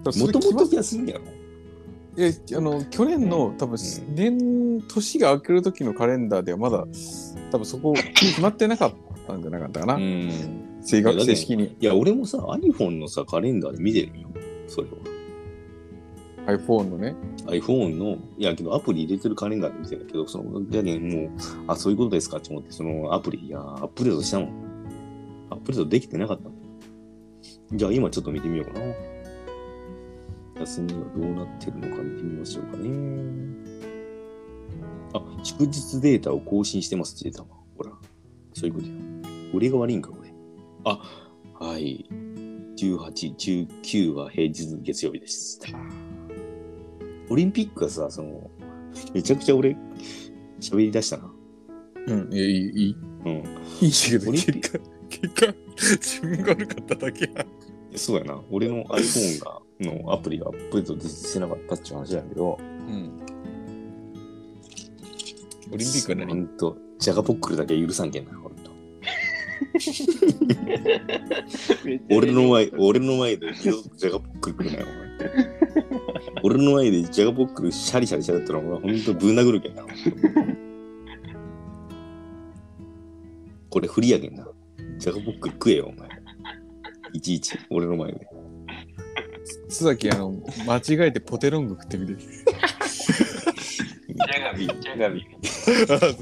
もともと休みやろ？ いや、あの、去年の、多分、うん、年、年が明ける時のカレンダーではまだ、多分そこ、決まってなかったんじゃなかったかな。うん。正確正式に。 いや、俺もさ、iPhone のさ、カレンダーで見てるよ、それは。iPhone のね。 iPhone の、いや、けどアプリ入れてるカレンダーで見てるけど、その、だけもう、あ、そういうことですかって思って、そのアプリ、いや、アップデートしたもん。アップデートできてなかったの。じゃあ今ちょっと見てみようかな。休みはどうなってるのか見てみましょうかね。あ、祝日データを更新してますって出たわ。ほら。そういうことや。俺が悪いんか、これ。あ、はい。じゅうはち、じゅうきゅうは平日月曜日です。オリンピックがさ、その、めちゃくちゃ俺、喋り出したな。 うん、いや、いい、いい。 うん。 いいけど、結果、結果、自分が悪かっただけや。 そうやな。俺の iPhone がのアプリがアップデートしてなかったっていう話なんだけど。うん。 オリンピックは何？ ほんと、ジャガポックルだけ許さんけんな、ほんと。俺の前、俺の前でジャガポックル来るなよ、お前。俺の前でジャガポックルシャリシャリしゃべったら、お前ほんとぶん殴るけんな。これフリやけんな。ジャガポックル食えよ、お前。いちいち、俺の前で。 須崎、あの、間違えてポテロング食ってみて。 ジャガビ、ジャガビ。 そうそう。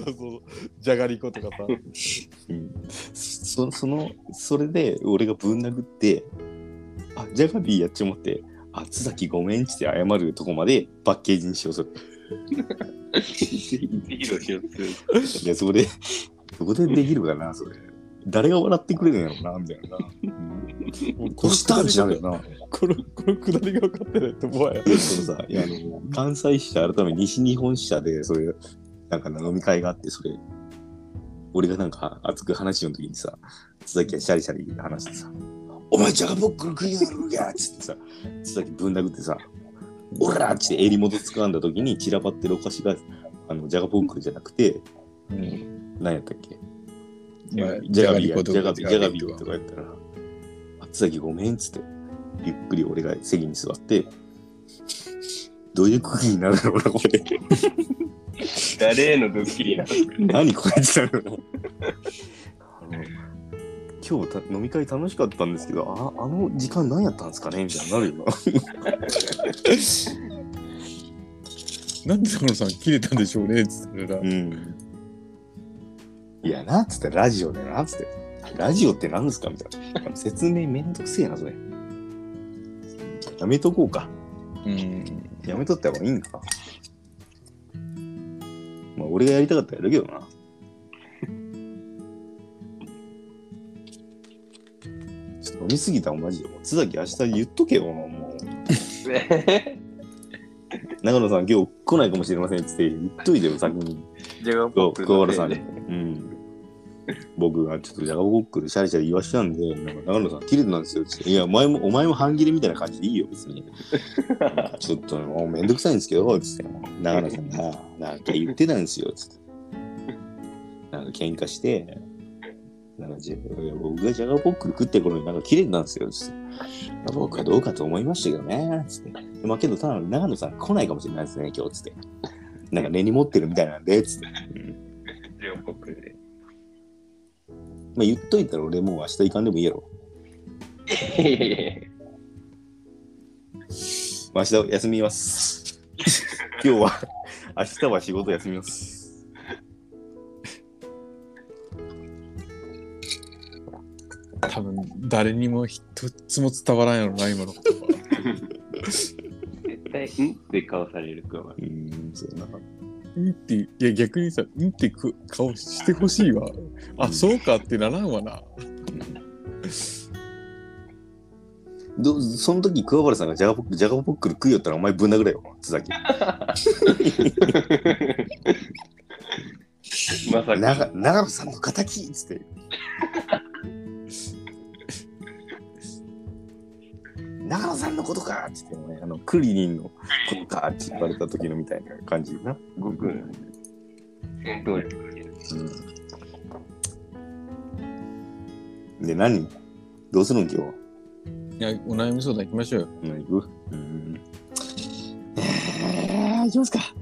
じゃがりことかさ。 うん、そ, その、それで俺がぶん殴って、あ、ジャガビーやっちまって、あ、津崎ごめんって謝るとこまでパッケージにしようと。いや、そこで、そこでできるかな、それ。誰が笑ってくれるんやろうな、みたいな。うん、こしたんじゃねえな。 この、このくだりが分かってないと思わや。 そのさ、いや、あの、関西支社改め西日本支社で、それ、なんか飲み会があって、それ、俺がなんか熱く話の時にさ、津崎がシャリシャリ話してさ、お前ジャガポックル食いやがるやつってさ、津崎ぶん殴ってさ、オラーって襟元掴んだ時に散らばってるお菓子が、あの、ジャガポックルじゃなくて、うん、何やったっけ、まあ、ジャガビー、ジャガビー、ジャガビーとかやったら、あ、津崎ごめんっつって、ゆっくり俺が席に座って、どういう空気になるのか、これ。 誰へのドッキリなの？ 何こいつなの？今日た飲み会楽しかったんですけど、あ、あの時間何やったんですかねみたいになるよな。なんでそのさん切れたんでしょうねっつってたら、うん、 いやなっつってラジオでなっつってラジオって何ですかみたいな説明めんどくせえなそれ。やめとこうか。うん。やめとった方がいいんか。まあ俺がやりたかったらやるけどな。ちょっと飲みすぎたマジで。津崎明日言っとけよもう。長野さん今日来ないかもしれませんっつって言っといてよ先に。 ジャガポックル桑原さんに。うん。僕がちょっとジャガポックルシャリシャリ言わしちゃうんで、なんか長野さん切れてたんですよって。いやお前もお前も半切れみたいな感じでいいよ別に。ちょっともうめんどくさいんですけどつって長野さんがなんか言ってたんですよつって。なんか喧嘩して。なんか僕がジャガポックル食ってる頃になんか切れてたんですよつって。僕はどうかと思いましたけどねつって。まあけどただ長野さん来ないかもしれないですね今日つって。なんか根に持ってるみたいなんでつって。うん、 ジャガポックルで。 まあ言っといたら俺もう明日行かんでもいいやろ。いやいやいや。明日休みます。今日は明日は仕事休みます。 多分誰にも一つも伝わらんやろな今の言葉。 絶対んって顔されるかは。 うん、そうな。 んって、いや逆にさ、んって顔してほしいわ。あ、うん、そうかってならんわな。 どその時桑原さんがジャガポックル、ジャガポックル食いよったらお前ぶん殴れよ、津崎。まさか。長野さんの敵っつって。長野さんのことかって言ってね、あのクリリンのことかって言われた時のみたいな感じな。 僕、戦闘力。 うん。で、何どうするん今日？ いや、お悩み相談行きましょうよ。 うん、行く？うん。えー、行きますか。はい。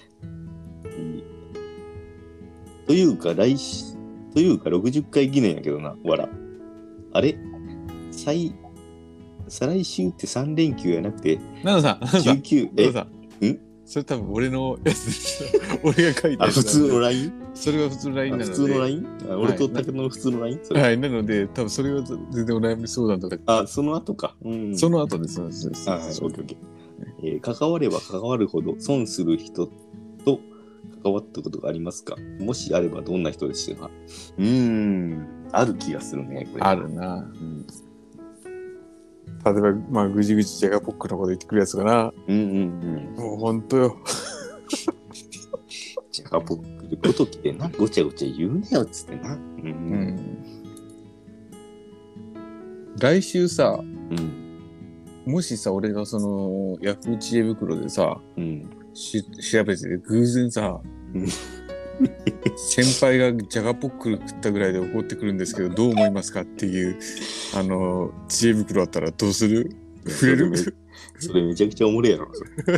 というか、来週、というかろくじゅっかい記念やけどな、わら。あれ再、再来週ってさん連休やなくて、 なのさん、 じゅうきゅう、え、 んそれ多分俺のやつです。俺が書いたやつ。あ、普通の ライン？ それが普通の ライン なので。 普通の ライン？ 俺と竹の普通の ライン？ はい、なので、多分それは全然お悩み相談とか。 あ、その後か。 うん、その後です。そうです。 あ、オッケーオッケー。えー、関われば関わるほど損する人と関わったことがありますか？もしあればどんな人でしたか？うーん、ある気がするね、これ。 あるな。うん、例えば、まあ、ぐじぐじジャガポックのこと言ってくるやつかな。 うんうんうん。 もうほんとよ。 ジャガポックのこと来てな、ごちゃごちゃ言うなよっつってな。うん。うん、 来週さ、 うん。 もしさ、俺がその、ヤフー知恵袋でさ、 うん。 し調べてて、偶然さ、 うん先輩がジャガポックル食ったぐらいで怒ってくるんですけど、どう思いますかっていう、あの、知恵袋あったらどうする？触れる？ それめちゃくちゃおもれやろ。それ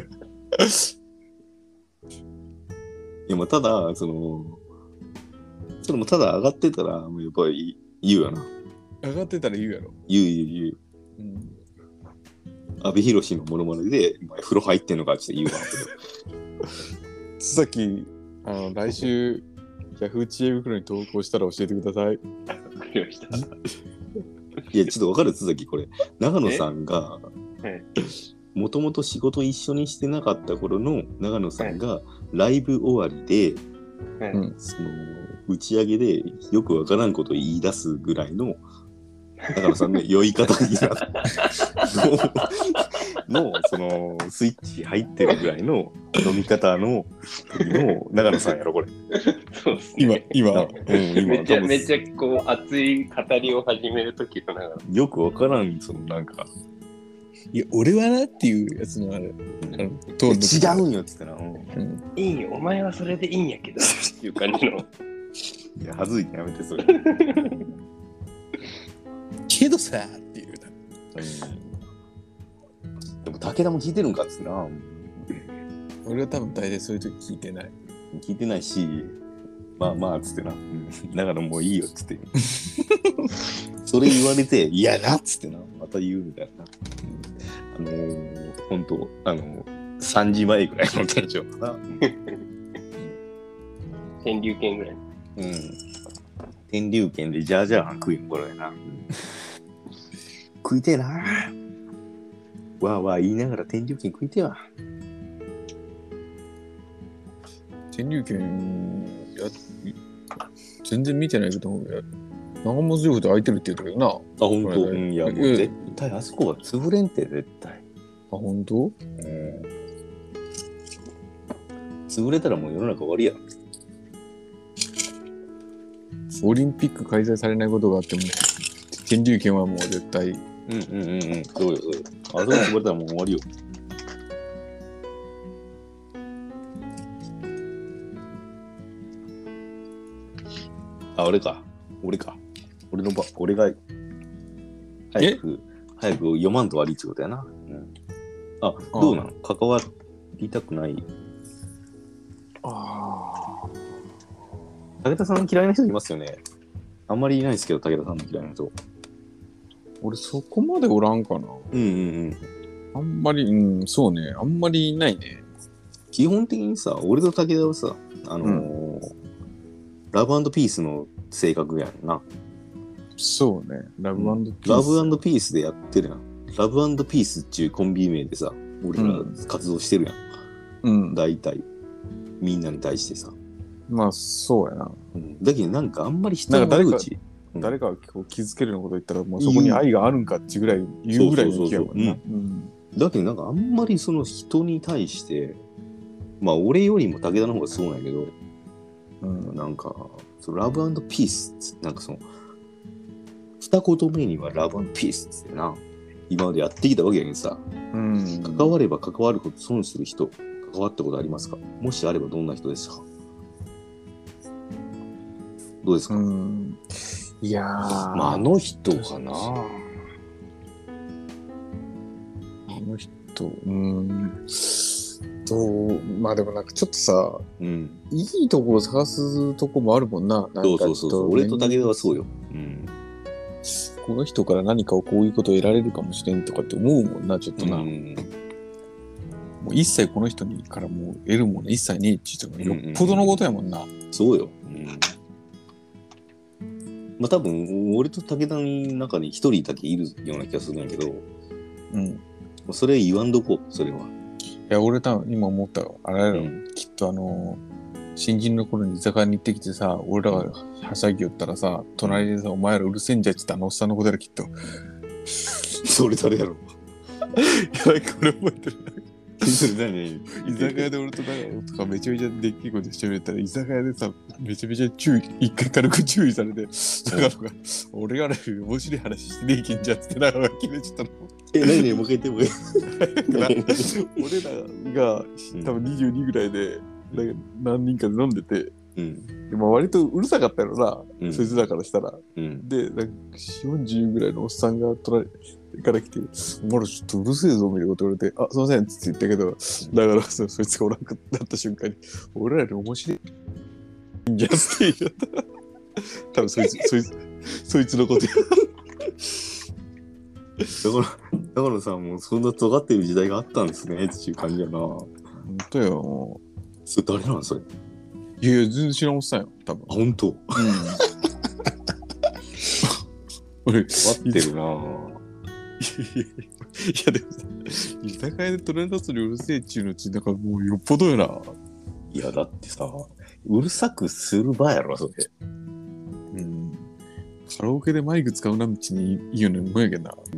いや、まあ、ただ、その、それもただ上がってたら、やっぱり言うよな。 上がってたら言うやろ。 言う言う言う。うん、阿部寛のモノマネで、風呂入ってんのかって言うわ。 さっき、あの、来週、ヤフー知恵袋に投稿したら教えてください。わかりました。 いや、ちょっとわかる？津崎、これ。長野さんが、もともと仕事一緒にしてなかった頃の長野さんが、ライブ終わりで、その、打ち上げでよくわからんことを言い出すぐらいの、長野さんの酔い方になの、その、スイッチ入ってるぐらいの飲み方の時の長野さんやろ、これ。 そうですね。 今、今、うん、 今めっちゃ、めっちゃこう、熱い語りを始める時の長野さん。 よくわからん、その、なんか、 いや、俺はなっていうやつのあれ、あのトーン違うんよって言ったら、うんうん、いいよ、お前はそれでいいんやけど、っていう感じの。 いや、はずいね、やめて、それ。 けどさーっていうな、 うん。でも、武田も聞いてるんかっつってな。 俺は多分大体そういう時聞いてない。 聞いてないし、まあまあ、つってな。うん、だからもういいよ、つって。それ言われて、嫌だっつってな。また言うみたいな。あのー、ほんと、あのー、さんじまえぐらいのテンションかな。 天竜圏ぐらい。 うん。天竜圏でジャージャー飯食いの頃やな。食いてえな。わーわー言いながら天竜圏食いてえわ。 天竜圏や、全然見てないけど、長松城で空いてるって言ったけどな。あ、 ほんと。うん、いや、もう絶対あそこは潰れんて、絶対。あ、 ほんと？うん。 潰れたらもう世の中終わりや。 オリンピック開催されないことがあっても、天竜圏はもう絶対。うんうんうんうん。そうよ、そうよ。あそこ潰れたらもう終わりよ。あ、俺か。俺か。俺のば、俺が、早く、早く読まんと悪いってことやな。うん、あ、どうなの？関わりたくない。ああ。武田さん嫌いな人いますよね。あんまりいないですけど、武田さんの嫌いな人。 俺そこまでおらんかな。 うんうんうん。 あんまり、うん、そうね。あんまりいないね。 基本的にさ、俺と武田はさ、あのーうん、ラブ&ピースの性格やんな。 そうね。ラブ&ピース。 ラブ&ピースでやってるやん。ラブ&ピースっていうコンビ名でさ、俺ら活動してるやん。うん。大体。みんなに対してさ。 まあ、そうやな。 うん、だけどなんかあんまり人の悪口。 誰かが気づけるようなこと言ったら、もうそこに愛があるんかっていうぐらい言うぐらいの気やもんな。 だけどなんかあんまりその人に対して、まあ俺よりも武田の方がそうなんやけど、うん、なんか、そのラブ&ピースって、なんかその、二言目にはラブ&ピースってな、今までやってきたわけやけどさ、うん、関われば関わるほど損する人、関わったことありますか？もしあればどんな人ですか？どうですか？うん、 いやー、 まあ、あの人かな。あの人、うーん。どう、まあでもなんかちょっとさ、うん、いいとこを探すとこもあるもんな。なんかそうそうそうそう。俺と武田はそうよ。うん。 この人から何かをこういうことを得られるかもしれんとかって思うもんな、ちょっとな。うん、もう一切この人にからもう得るもの一切ねえって言ってもよっぽどのことやもんな。 うんうん、そうよ。うんまあ多分、俺と武田の中に一人だけいるような気がするんやけど、うん。それ言わんどこう、それは。 いや、俺多分今思ったよ。あれやろ、うん、きっとあのー、新人の頃に居酒屋に行ってきてさ、俺らがはしゃぎ寄ったらさ、隣でさ、お前らうるせえんじゃって言ったあのおっさんのことやろ、きっと。 それ誰やろ。 やばい、これ覚えてる。 それ何居酒屋で俺と長野とかめちゃめちゃでっけえことしてみたら、居酒屋でさ、めちゃめちゃ注意、一回軽く注意されて、長野が、俺がね、面白い話してねえけんじゃんって長野が決めちゃったの。 え、何何もう一回言ってもいい俺らが多分にじゅうにぐらいで、なんか何人かで飲んでて、 うん、 でも割とうるさかったよな、 うん、 そいつだからしたら。 うん、 で、なんかよんじゅうぐらいのおっさんが取られから来て、お前らちょっとうるせえぞみたいなこと言われて、あ、すいませんって言ったけど、だからそ, そいつがおらんくなった瞬間に、俺らより面白いんじゃんって言った。多分そいつ、そいつ、そいつのことや。 だから、だからさ、もうそんな尖ってる時代があったんですねっていう感じやな。ほんとよ。 それ誰なんそれ。 いやいや、全然知らんおっさんよ、多分。 あ、ほんと。うん。 俺、 尖ってるなぁ。 いやでもさ、居酒屋でトレンドするうるせえっちゅうのうち、なんかもうよっぽどよな。 いや、だってさ、うるさくする場やろ、それ。 うん。カラオケでマイク使うな道にいいよね、もんやけんな。うん。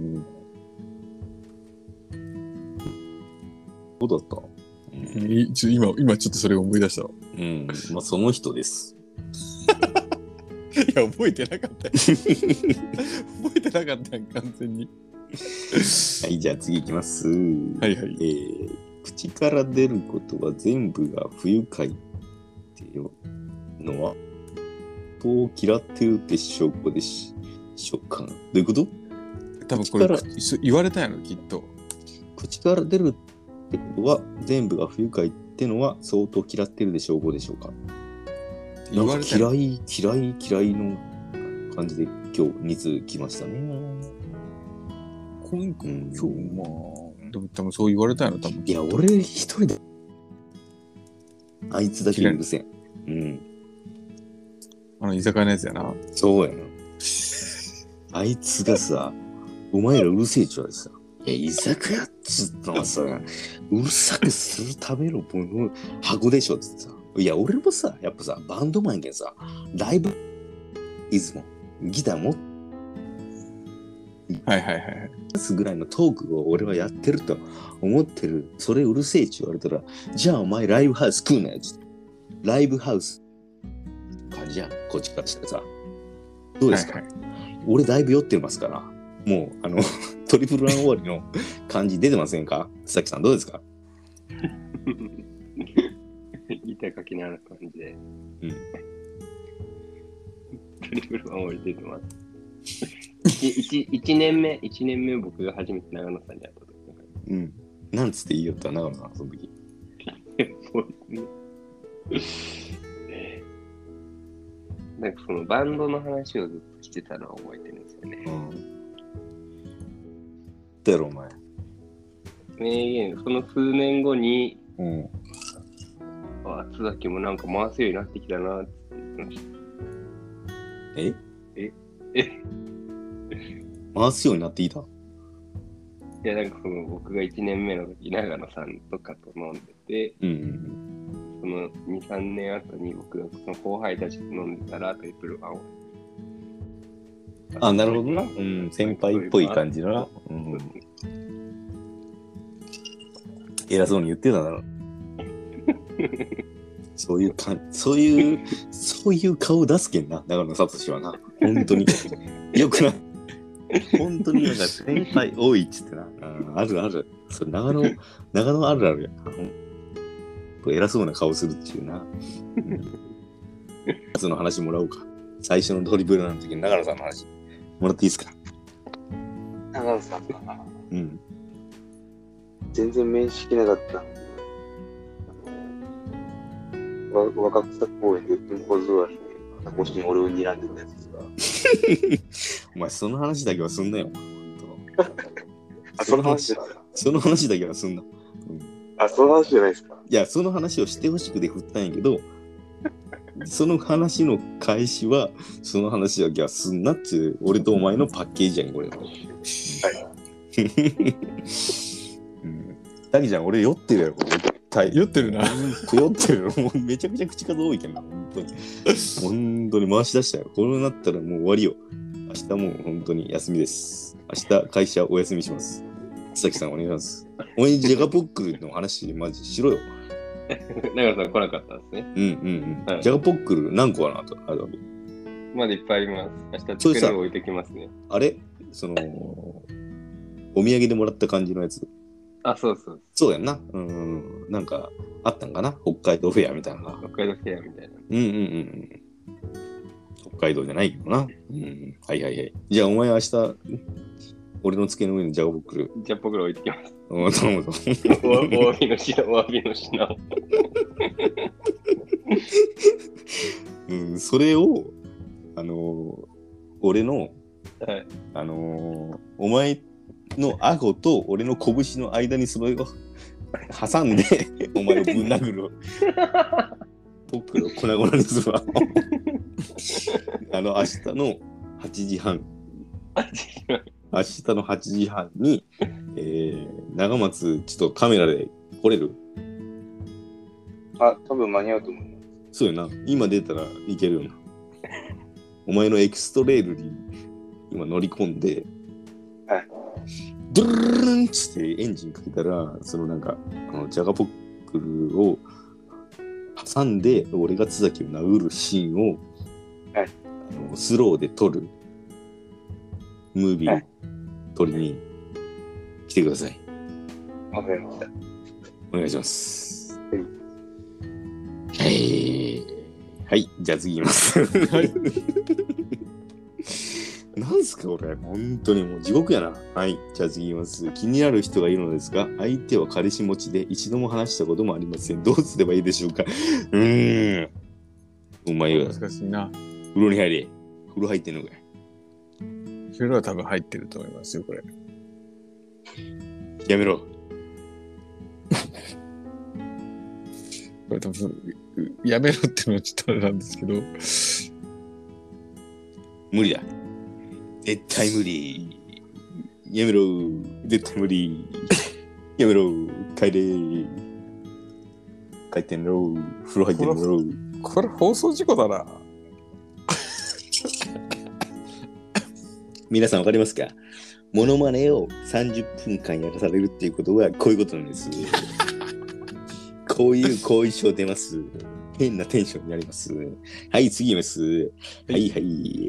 どうだった、 うん、いちょ今、今ちょっとそれを思い出したわ。 うん。まあ、その人です。 いや、覚えてなかったよ。覚えてなかったよ、完全に。 はい、じゃあ次いきます。はいはい。えー、口から出ることは全部が不愉快っていうのは、人を嫌ってるって証拠でしょうか。どういうこと？ 多分これ言われたんやろ、きっと。 口から出るってことは全部が不愉快ってのは相当嫌ってるで証拠でしょうか。言われた嫌い嫌い嫌いの感じで今日に通来ましたね。 今日、うん、今日まあでも多分そう言われたんやろ多分。 いや俺一人であいつだけ許せん。うん。 あの居酒屋のやつやな。 そうやな。あいつがさ、お前らうるせえっちゅうさ。いや居酒屋っつったのはさ、うるさくするためのもの箱でしょっつってさ。いや俺もさ、やっぱさバンドマンやけんさ、ライブいつもギター持ってはいはいはいはいすぐらいのトークを俺はやってると思ってる。それうるせえって言われたら、じゃあお前ライブハウス来んなよっつって。ライブハウス感じやん、こっちからしたらさ。どうですか、はいはい、俺だいぶ酔ってますから、もうあのトリプルワン終わりの感じ出てませんか？須崎さんどうですか？ 板かきのある感じで。 うん。 トリプルワン終わり出てます。1年目、一年目僕が初めて長野さんに会った時。 うん。なんつって言いよった長野さん、その時。 そうですね。なんかそのバンドの話をずっとしてたのを覚えてるんですよね。うん。 だやろ、お前。 名言、その数年後に、 うん。 あ、津崎もなんか回すようになってきたなって言ってました。 えええ回すようになっていた？ いや、なんかその僕がいちねんめの時、長野さんとかと飲んでて、 うんうん、 そのに、さんねん後に僕がその後輩たちと飲んでたらトリプルワンを。 あ、なるほどな。うん、先輩っぽい感じのな。うん、偉そうに言ってただろ。そういうかそういうそういう顔出すけんな、長野聡はな。本当によくな。本当になんか先輩多いっつってな。あるある。それ長野長野あるあるやな。偉そうな顔するっていうな。うん、その話もらおうか。最初のドリブルの時に長野さんの話もらっていいですか？ 長野さんかな。 うん。 全然面識なかった。若草公園でうんこ座りで肩越しに俺を睨んでたやつですがお前その話だけはすんなよ。 あ、その話その話だけはすんな、うん、 あ、その話じゃないですか。 いや、その話をしてほしくて振ったんやけどその話の開始はその話だけはすんなっていう俺とお前のパッケージやんこれ。はいうん。タキちゃん俺酔ってるやろこれ。 酔ってるな。 酔ってるよ。もうめちゃくちゃ口数多いけんな。本当に。本当に回し出したよ。これなったらもう終わりよ。明日もう本当に休みです。明日会社お休みします。 須崎さんお願いします。お前ジャガポックルの話マジしろよ。 長野さん来なかったんですね。 うんうんうん。はい、ジャガポックル何個かなとある。 まだいっぱいあります。明日作る置いてきますね。 あれそのお土産でもらった感じのやつ。 あ、そうそう。 そうやんな。うん。なんかあったんかな、北海道フェアみたいな。 北海道フェアみたいな。 うんうんうん。北海道じゃないけどな。うん。はいはいはい。じゃあお前明日俺の机の上にジャガポックル。 ジャガポックル置いてきます。 うん、頼むぞ。 お詫びの品、お詫びの品を。 うん、それをあのー、俺の、 はい、 あのー、お前の顎と俺の拳の間にそれを挟んでお前をぶん殴るポックルを粉々にするわあの明日のはちじはん明日のはちじはんに、えー、長松ちょっとカメラで来れる？ あ、多分間に合うと思います。 そうやな、今出たらいけるよな。お前のエクストレールに今乗り込んで、 はい、 ドゥルルルンっつってエンジンかけたら、そのなんかあのジャガポックルを挟んで俺が津崎を殴るシーンを、 はい、 あのスローで撮るムービーを撮りに来てください。 わかりました。 お願いします。 はい。 はい。はい、じゃあ次いきます。はい。なんすか俺、本当にもう地獄やな。はい、じゃあ次いきます。気になる人がいるのですが、相手は彼氏持ちで一度も話したこともありません。どうすればいいでしょうか。うーん。お前は難しいな。 風呂に入れ。風呂入ってんのかい。 風呂は多分入ってると思いますよ、これ。 やめろ。 これ多分やめろっていうのはちょっとあれなんですけど、 無理だ。絶対無理。やめろ。絶対無理。やめろ。帰れ。帰ってんろ。風呂入ってんろ。 これ放送事故だな。 皆さんわかりますか？モノマネをさんじゅっぷんかんやらされるっていうことはこういうことなんです。こういう後遺症出ます。変なテンションになります。はい、次います。はいはい。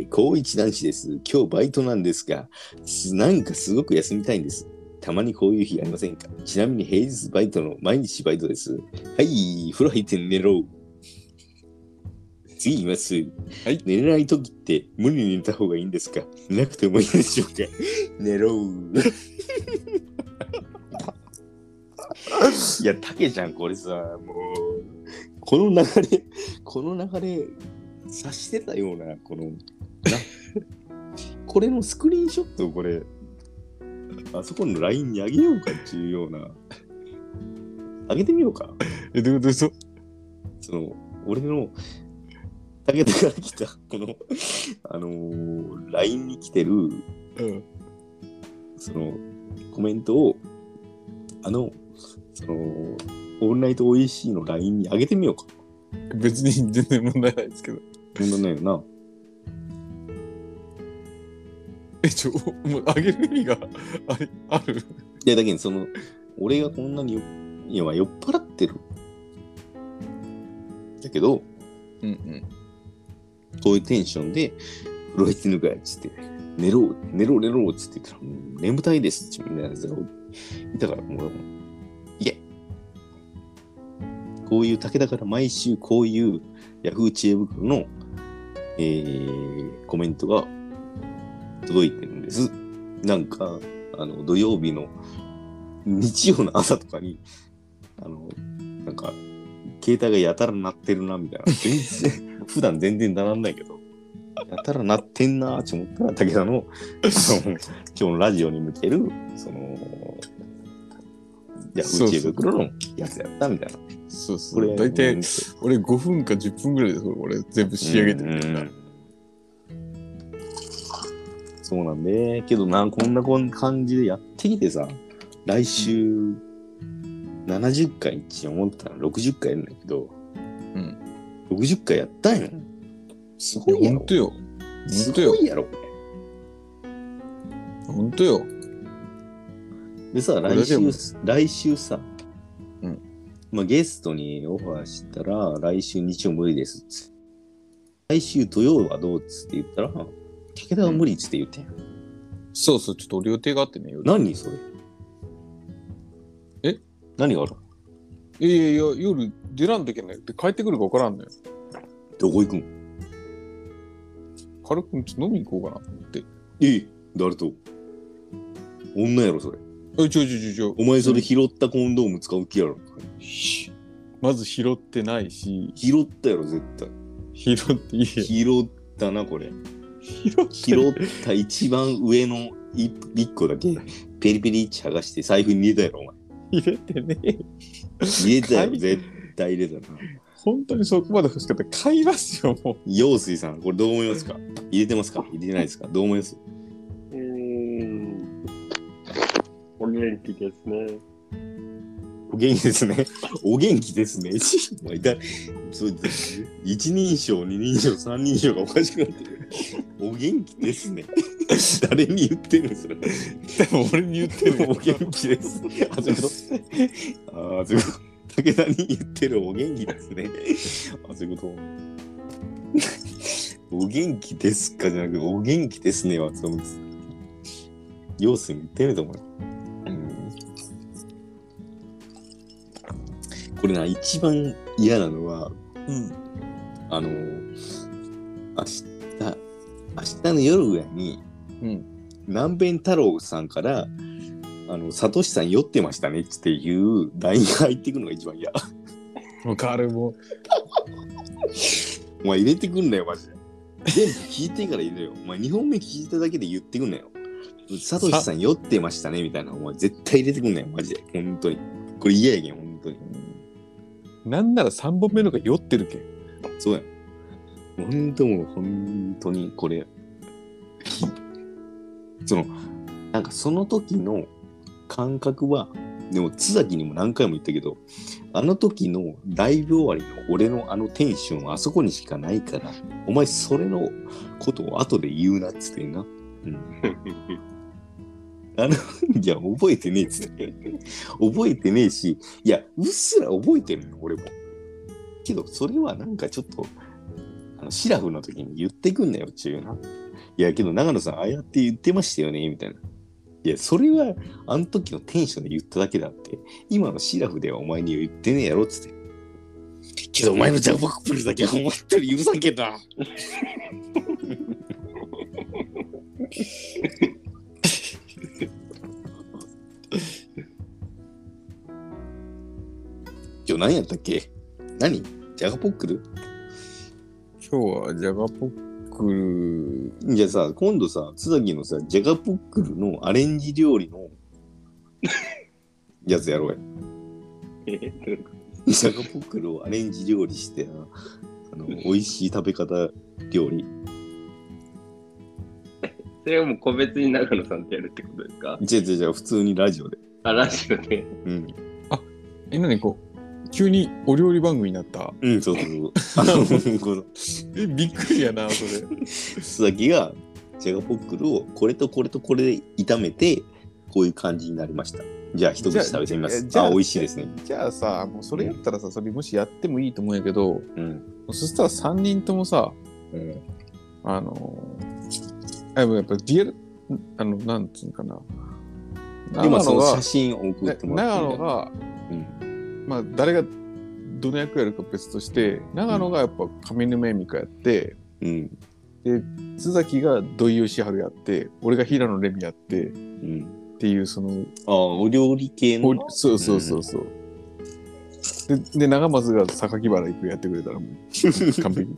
高一男子です。今日バイトなんですが、なんかすごく休みたいんです。たまにこういう日ありませんか？ちなみに平日バイトの毎日バイトです。はい、風呂入って寝ろ。次います。はい。寝れないときって無理に寝た方がいいんですか？寝なくてもいいでしょうか？寝ろ。いや、たけちゃん、これさ、もう、この流れ、この流れ、察してたような、この、な、これのスクリーンショットをこれ、あそこの ライン にあげようかっていうような、あげてみようか。 え、どういうことですか？ その、俺の、武田から来た、この、あのー、ライン に来てる、うん、その、コメントを、あの、その、オールナイトおいしいの ライン に上げてみようか。 別に全然問題ないですけど。 問題ないよな。 え、ちょ、もう上げる意味があるあるいや、だけど、その、俺がこんなによ、いや、酔っ払ってる。だけど、 うんうん。 こういうテンションで、風呂入ってぬかいっつって、寝ろ、寝ろ、寝ろっつって言ったら、もう眠たいですってみんなやつがいたから、もう、いえ。こういう武田から毎週こういうヤフー知恵袋の、えー、コメントが届いてるんです。なんか、あの、土曜日の日曜の朝とかに、あの、なんか、携帯がやたら鳴ってるな、みたいな。全然、普段全然鳴らんないけど、やたら鳴ってんなーって思ったら、武田の、今日のラジオに向ける、その、ヤフー知恵袋のやつやったみたいな。 そうそう。大体、俺ごふんかじゅっぷんぐらいで俺全部仕上げてるから。 そうなんで、けどな、こんな感じでやってきてさ、来週ななじゅっかいって思ったらろくじゅっかいやるんだけど、うん、ろくじゅっかいやったんよ。すごいやろ。 ほんとよ。 すごいやろ、これ。 ほんとよ。 でさ、来週、来週さ、 うん。 まあ、ゲストにオファーしたら、来週日曜無理ですっつ。来週土曜はどうっつって言ったら、武田は無理っつって言ってん、うん、 そうそう、ちょっと俺予定があってね。 何それえ何がある？ いやいやいや、夜出らんといけないって帰ってくるか分からんのよ。 どこ行くん？ 軽くちょっと飲みに行こうかなって。 ええ、誰と？女やろそれ。 え、ちょいちょいちょいちょい。 お前それ拾ったコンドーム使う気やろ。 まず拾ってないし。 拾ったやろ絶対。 拾っていいよ。 拾ったなこれ。 拾って拾った一番上の一個だけペリペリって剥がして財布に入れたやろお前。 入れてね。 入れたよ絶対入れたな。 本当にそこまで欲しかったら買いますよもう。 陽水さんこれどう思いますか？入れてますか？入れてないですか？どう思います？ うーん。お元気ですね。 お元気ですね。お元気ですね。お前だそう一人称、二人称、三人称がおかしくなってる。お元気ですね。誰に言ってるんですか？ でも俺に言ってる。 お元気です。あ、そういうこと。あ、そういうこと。武田に言ってるお元気ですね。あ、そういうこと。お元気ですかじゃなくて、お元気ですねは、その、陽水に言ってると思う。うん。これな、一番嫌なのは、 うん。 あの、明日、明日の夜ぐらいに、 うん。 南弁太郎さんから、あの、サトシさん酔ってましたねっていう ライン が入ってくるのが一番嫌。 わかるもう。 お前入れてくんなよ、マジで。全部聞いてから入れよ。お前にほんめ聞いただけで言ってくんなよ。サトシさん酔ってましたねみたいな。お前絶対入れてくんなよ、マジで。本当に。これ嫌やけん、本当に。 なんならさんぼんめのが酔ってるけん。 そうや。本当もう本当にこれ。その、なんかその時の感覚は、でも津崎にも何回も言ったけど、あの時のライブ終わりの俺のあのテンションはあそこにしかないから、お前それのことを後で言うなっつってんな。うん、あの、いや、覚えてねえっつって。覚えてねえし、いや、うっすら覚えてるの、俺も。けど、それはなんかちょっと、あのシラフの時に言ってくんなよ、ちゅうな。いや、けど長野さん、ああやって言ってましたよね、みたいな。いや、それは、あの時のテンションで言っただけだって、今のシラフではお前に言ってねえやろ、つって。けど、お前のジャボックプルだけは思ったり許さんけどな。今日何やったっけ？何？ジャガポックル？ 今日はジャガポックル。 じゃあさ、今度さ、津崎のさ、ジャガポックルのアレンジ料理のやつやろうや。ジャガポックルをアレンジ料理してな、あの、美味しい食べ方料理。 それはもう個別に長野さんってやるってことですか？ 違う違う違う、普通にラジオで。 あ、ラジオで。 うん。 あ、え、なにこう、急にお料理番組になった。 うん、そうそうそう。あの、この、 え、びっくりやな、それ。 津崎が、ジャガポックルをこれとこれとこれで炒めて、こういう感じになりました。じゃあ、一口食べてみます。 じゃあ、 あ、美味しいですね。 じゃあさ、もうそれやったらさ、それもしやってもいいと思うんやけど、 うん。 そしたらさんにんともさ、 うん、 あのー、やっぱリアル、あの、なんつうのかな。 今その写真を送ってもらって。 長野が、 うん、 まあ、誰がどの役やるか別として、長野がやっぱ上沼恵美子やって、 うん、 で、津崎が土井善晴やって、俺が平野レミやって、うん、っていうその、 ああ、お料理系の。 そうそうそうそう。うん、で、で長松が榊原行くやってくれたらもう完璧。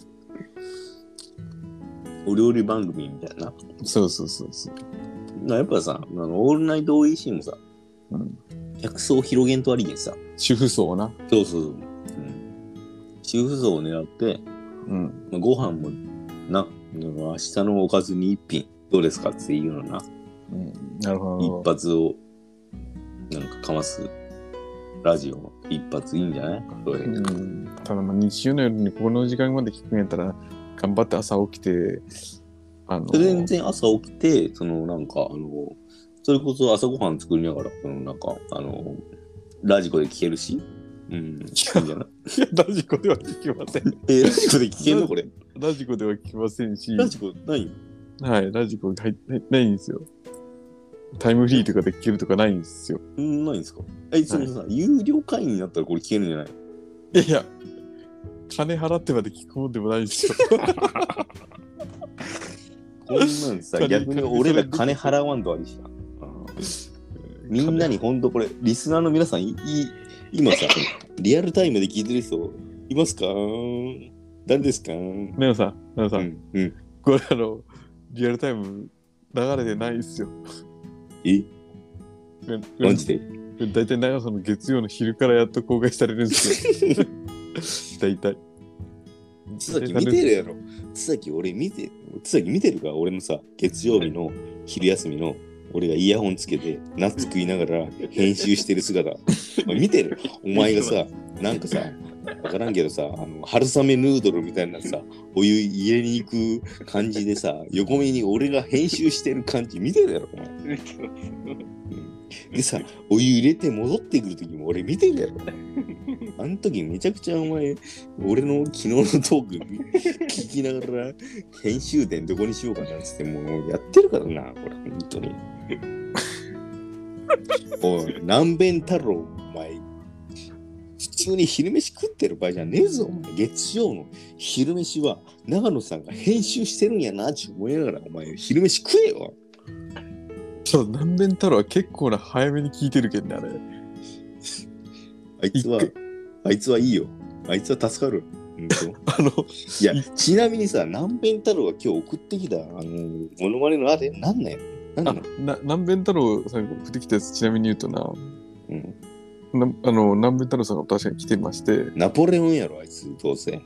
お料理番組みたいな。 そうそうそうそう。 やっぱさ、あのオールナイトオーイーシーもさ、うん、客層広げんとありげんさ。 主婦層な。 そうそうそう。うん、主婦層を狙って、うん、まあ、ご飯もな、明日のおかずに一品どうですかっていうのな。 うん、なるほど。 一発をなんかかますラジオ一発いいんじゃない？それ、うん、 ただまあ日曜の夜にこの時間まで聞くんやったら頑張って朝起きて、 あのー、全然朝起きてそのなんかあのそれこそ朝ごはん作りながら、うん、なんか、あの、ラジコで聞けるし、うん、いいんじゃない？いや、 ラジコでは聞きません。 え、ラジコで聞けんのこれ？ ラジコでは聞きませんし。 ラジコないの？はい、ラジコ入ってないんですよ。タイムフリーとかで聞けるとかないんですよ。 うん、ないんですか？え、そのさ、はい、有料会員になったらこれ聞けるんじゃない？ いやいや、金払ってまで聞くもんでもないんですよ。 こんなんさ、逆に俺ら金払わんとありしな。みんなにほんとこれ、リスナーの皆さん、いい今さ、リアルタイムで聞いてる人いますか？誰ですか？ ネオさん、ネオさん、 うんうん、 これあの、リアルタイム流れてないっすよ。 え？マジで？ だいたい長さんの月曜の昼からやっと公開されるんですよ。だいたい。 津崎見てるやろ。津崎俺見て、津崎見てるか？俺のさ、月曜日の昼休みの俺がイヤホンつけてナッツ食いながら編集してる姿。見てる？お前がさ、なんかさ、わからんけどさ、あの春雨ヌードルみたいなさ、お湯入れに行く感じでさ、横目に俺が編集してる感じ見てるやろ、お前。でさ、お湯入れて戻ってくるときも俺見てるやろ。あの時めちゃくちゃお前、俺の昨日のトーク聞きながら、編集点どこにしようかなってもうやってるからな、これ、本当に。おい、南弁太郎、お前、普通に昼飯食ってる場合じゃねえぞ、お前。月曜の昼飯は長野さんが編集してるんやなって思いながら、お前、昼飯食えよ。 そう、南弁太郎は結構な早めに聞いてるけんね、あれ。 あいつは、あいつはいいよ。あいつは助かる。うんと、 あの、 いや、ちなみにさ、南弁太郎が今日送ってきた、あの、モノマネのあれ、なんなんやろ？なんなの？ な南弁太郎さんが送ってきたやつ、ちなみに言うとな、 うん、 なあの南弁太郎さんが確かに来てまして、 ナポレオンやろ、あいつ、どうせ。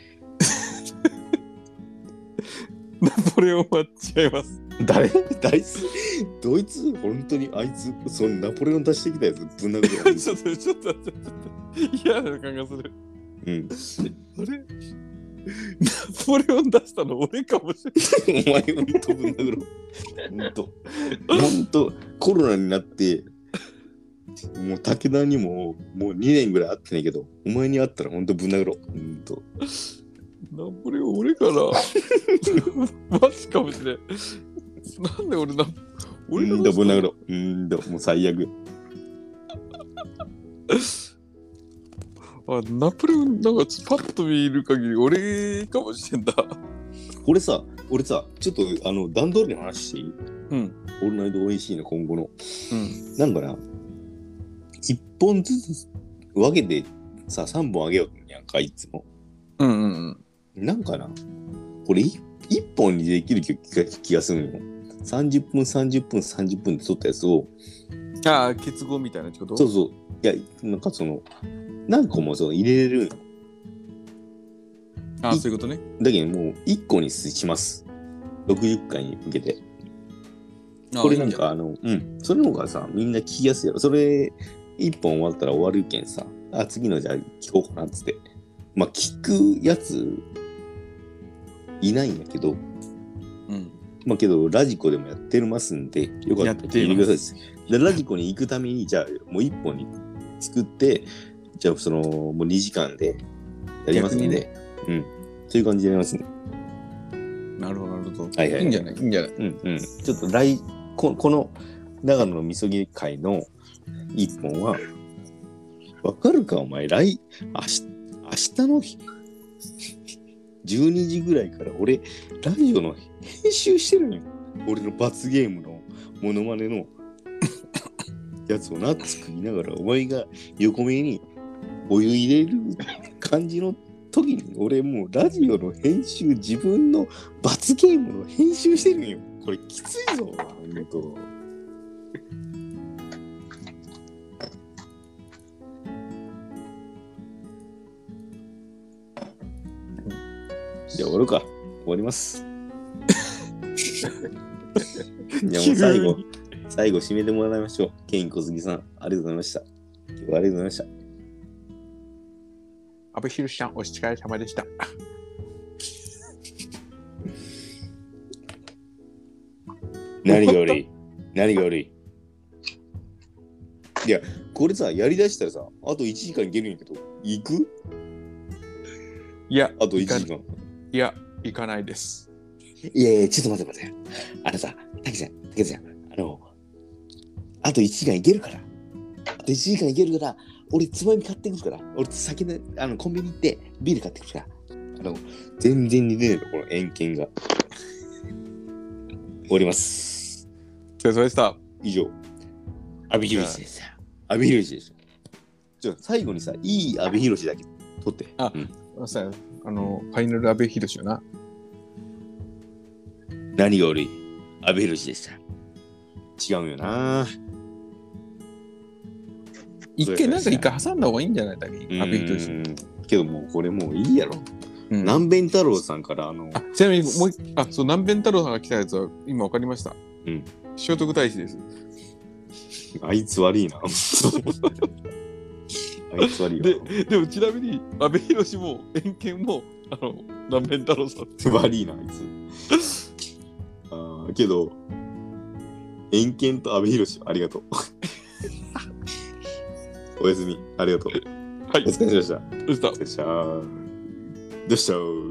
ナポレオンは違います。 誰？ダイス？ドイツ？本当にあいつ、そのナポレオン出してきたやつぶん殴る。 ちょっと、ちょっと、ちょっと、嫌な感がする。 うん。 あれナポレオン出したの俺かもしれない。 お前ほんとぶん殴ろ。ほんと。ほんと、コロナになって、もう武田にももうにねんぐらい会ってないけど、お前に会ったらほんとぶん殴ろ。ほんと。 ナポレオン俺かなマジかもしれん。なんで俺な、俺がうんだ、ぶん殴ろ。うんだ、もう最悪。 あ、ナポレオンなんかパッと見る限り俺かもしれんだ。 俺さ、俺さ、ちょっとあの段取りの話していい？ うん。 オールナイトおいしいの今後の。 うん。 なんかな、一本ずつ分けてさ、三本あげようやんか、いつも。 うんうんうん。なんかな、これ一本にできる気が気がするのよ。さんじゅっぷん、さんじゅっぷん、さんじゅっぷんで撮ったやつを。 ああ、結合みたいなってこと？ そうそう。いや、なんかその、何個もその入れれるの。 ああ、そういうことね。 だけどもういっこにします。ろくじゅっかいに向けて。これなんかあの、うん。それの方がさ、みんな聞きやすいやろ。それ、いっぽん終わったら終わるけんさ。あ、次のじゃあ聞こうかなっつって。まあ、聞くやつ、いないんやけど、 うん。 まあけど、ラジコでもやってますんで、よかったら聞いてください。で、ラジコに行くために、じゃあ、もういっぽんに作って、じゃあ、その、もうにじかんでやりますんで、うん。そういう感じでやりますね。 なるほど、なるほど。 はいはい。 いいんじゃない？いいんじゃない？ うんうん。ちょっと来、こ, この長野のみそぎ会のいっぽんは、わかるかお前、来、明日、明日の日、じゅうにじぐらいから俺、ラジオの編集してるんよ。俺の罰ゲームのモノマネのやつをナッツ食いながら、お前が横目にお湯入れる感じの時に、俺もうラジオの編集、自分の罰ゲームの編集してるんよ。これきついぞ、ほんと。じゃあ終わるか。終わります。じゃあもう最後、最後締めてもらいましょう。ケイン小杉さん、ありがとうございました。今日はありがとうございました。 阿部寛さん、お疲れ様でした。 何が悪い？何が悪い？ いや、これさ、やりだしたらさ、あといちじかんいけるんやけど、行く？ いや、 あといちじかん。 いや、行かないです。 いやいや、ちょっと待って待って。あのさ、たけちゃん、たけちゃん、あの、あといちじかんいけるから。あといちじかんいけるから、俺、つまみ買ってくるから。俺、先の、あの、コンビニ行って、ビール買ってくるから。あの、全然似てないの、この偏見が。終わります。 お疲れ様でした。 以上、阿部寛でした。阿部寛でした。じゃあ、最後にさ、いい阿部寛だけ撮って。 あ、うん、さあの、ファイナル阿部寛よな。 何が悪い？阿部寛でした。違うよな。 一回なんか一回挟んだ方がいいんじゃないだっけ？阿部寛。 けどもうこれもういいやろ。うん、南弁太郎さんからあの。 あ、ちなみにもうあ、そう南弁太郎さんが来たやつは今わかりました。 うん。 聖徳太子です。 あいつ悪いな。あいつ悪いわ。で、でもちなみに阿部寛も偏見もあの南弁太郎さん。 悪いなあいつ。ああけど偏見と阿部寛ありがとう。おやすみありがとう。 はい。 お疲れ様でした。 どうした？ どうした？どうした？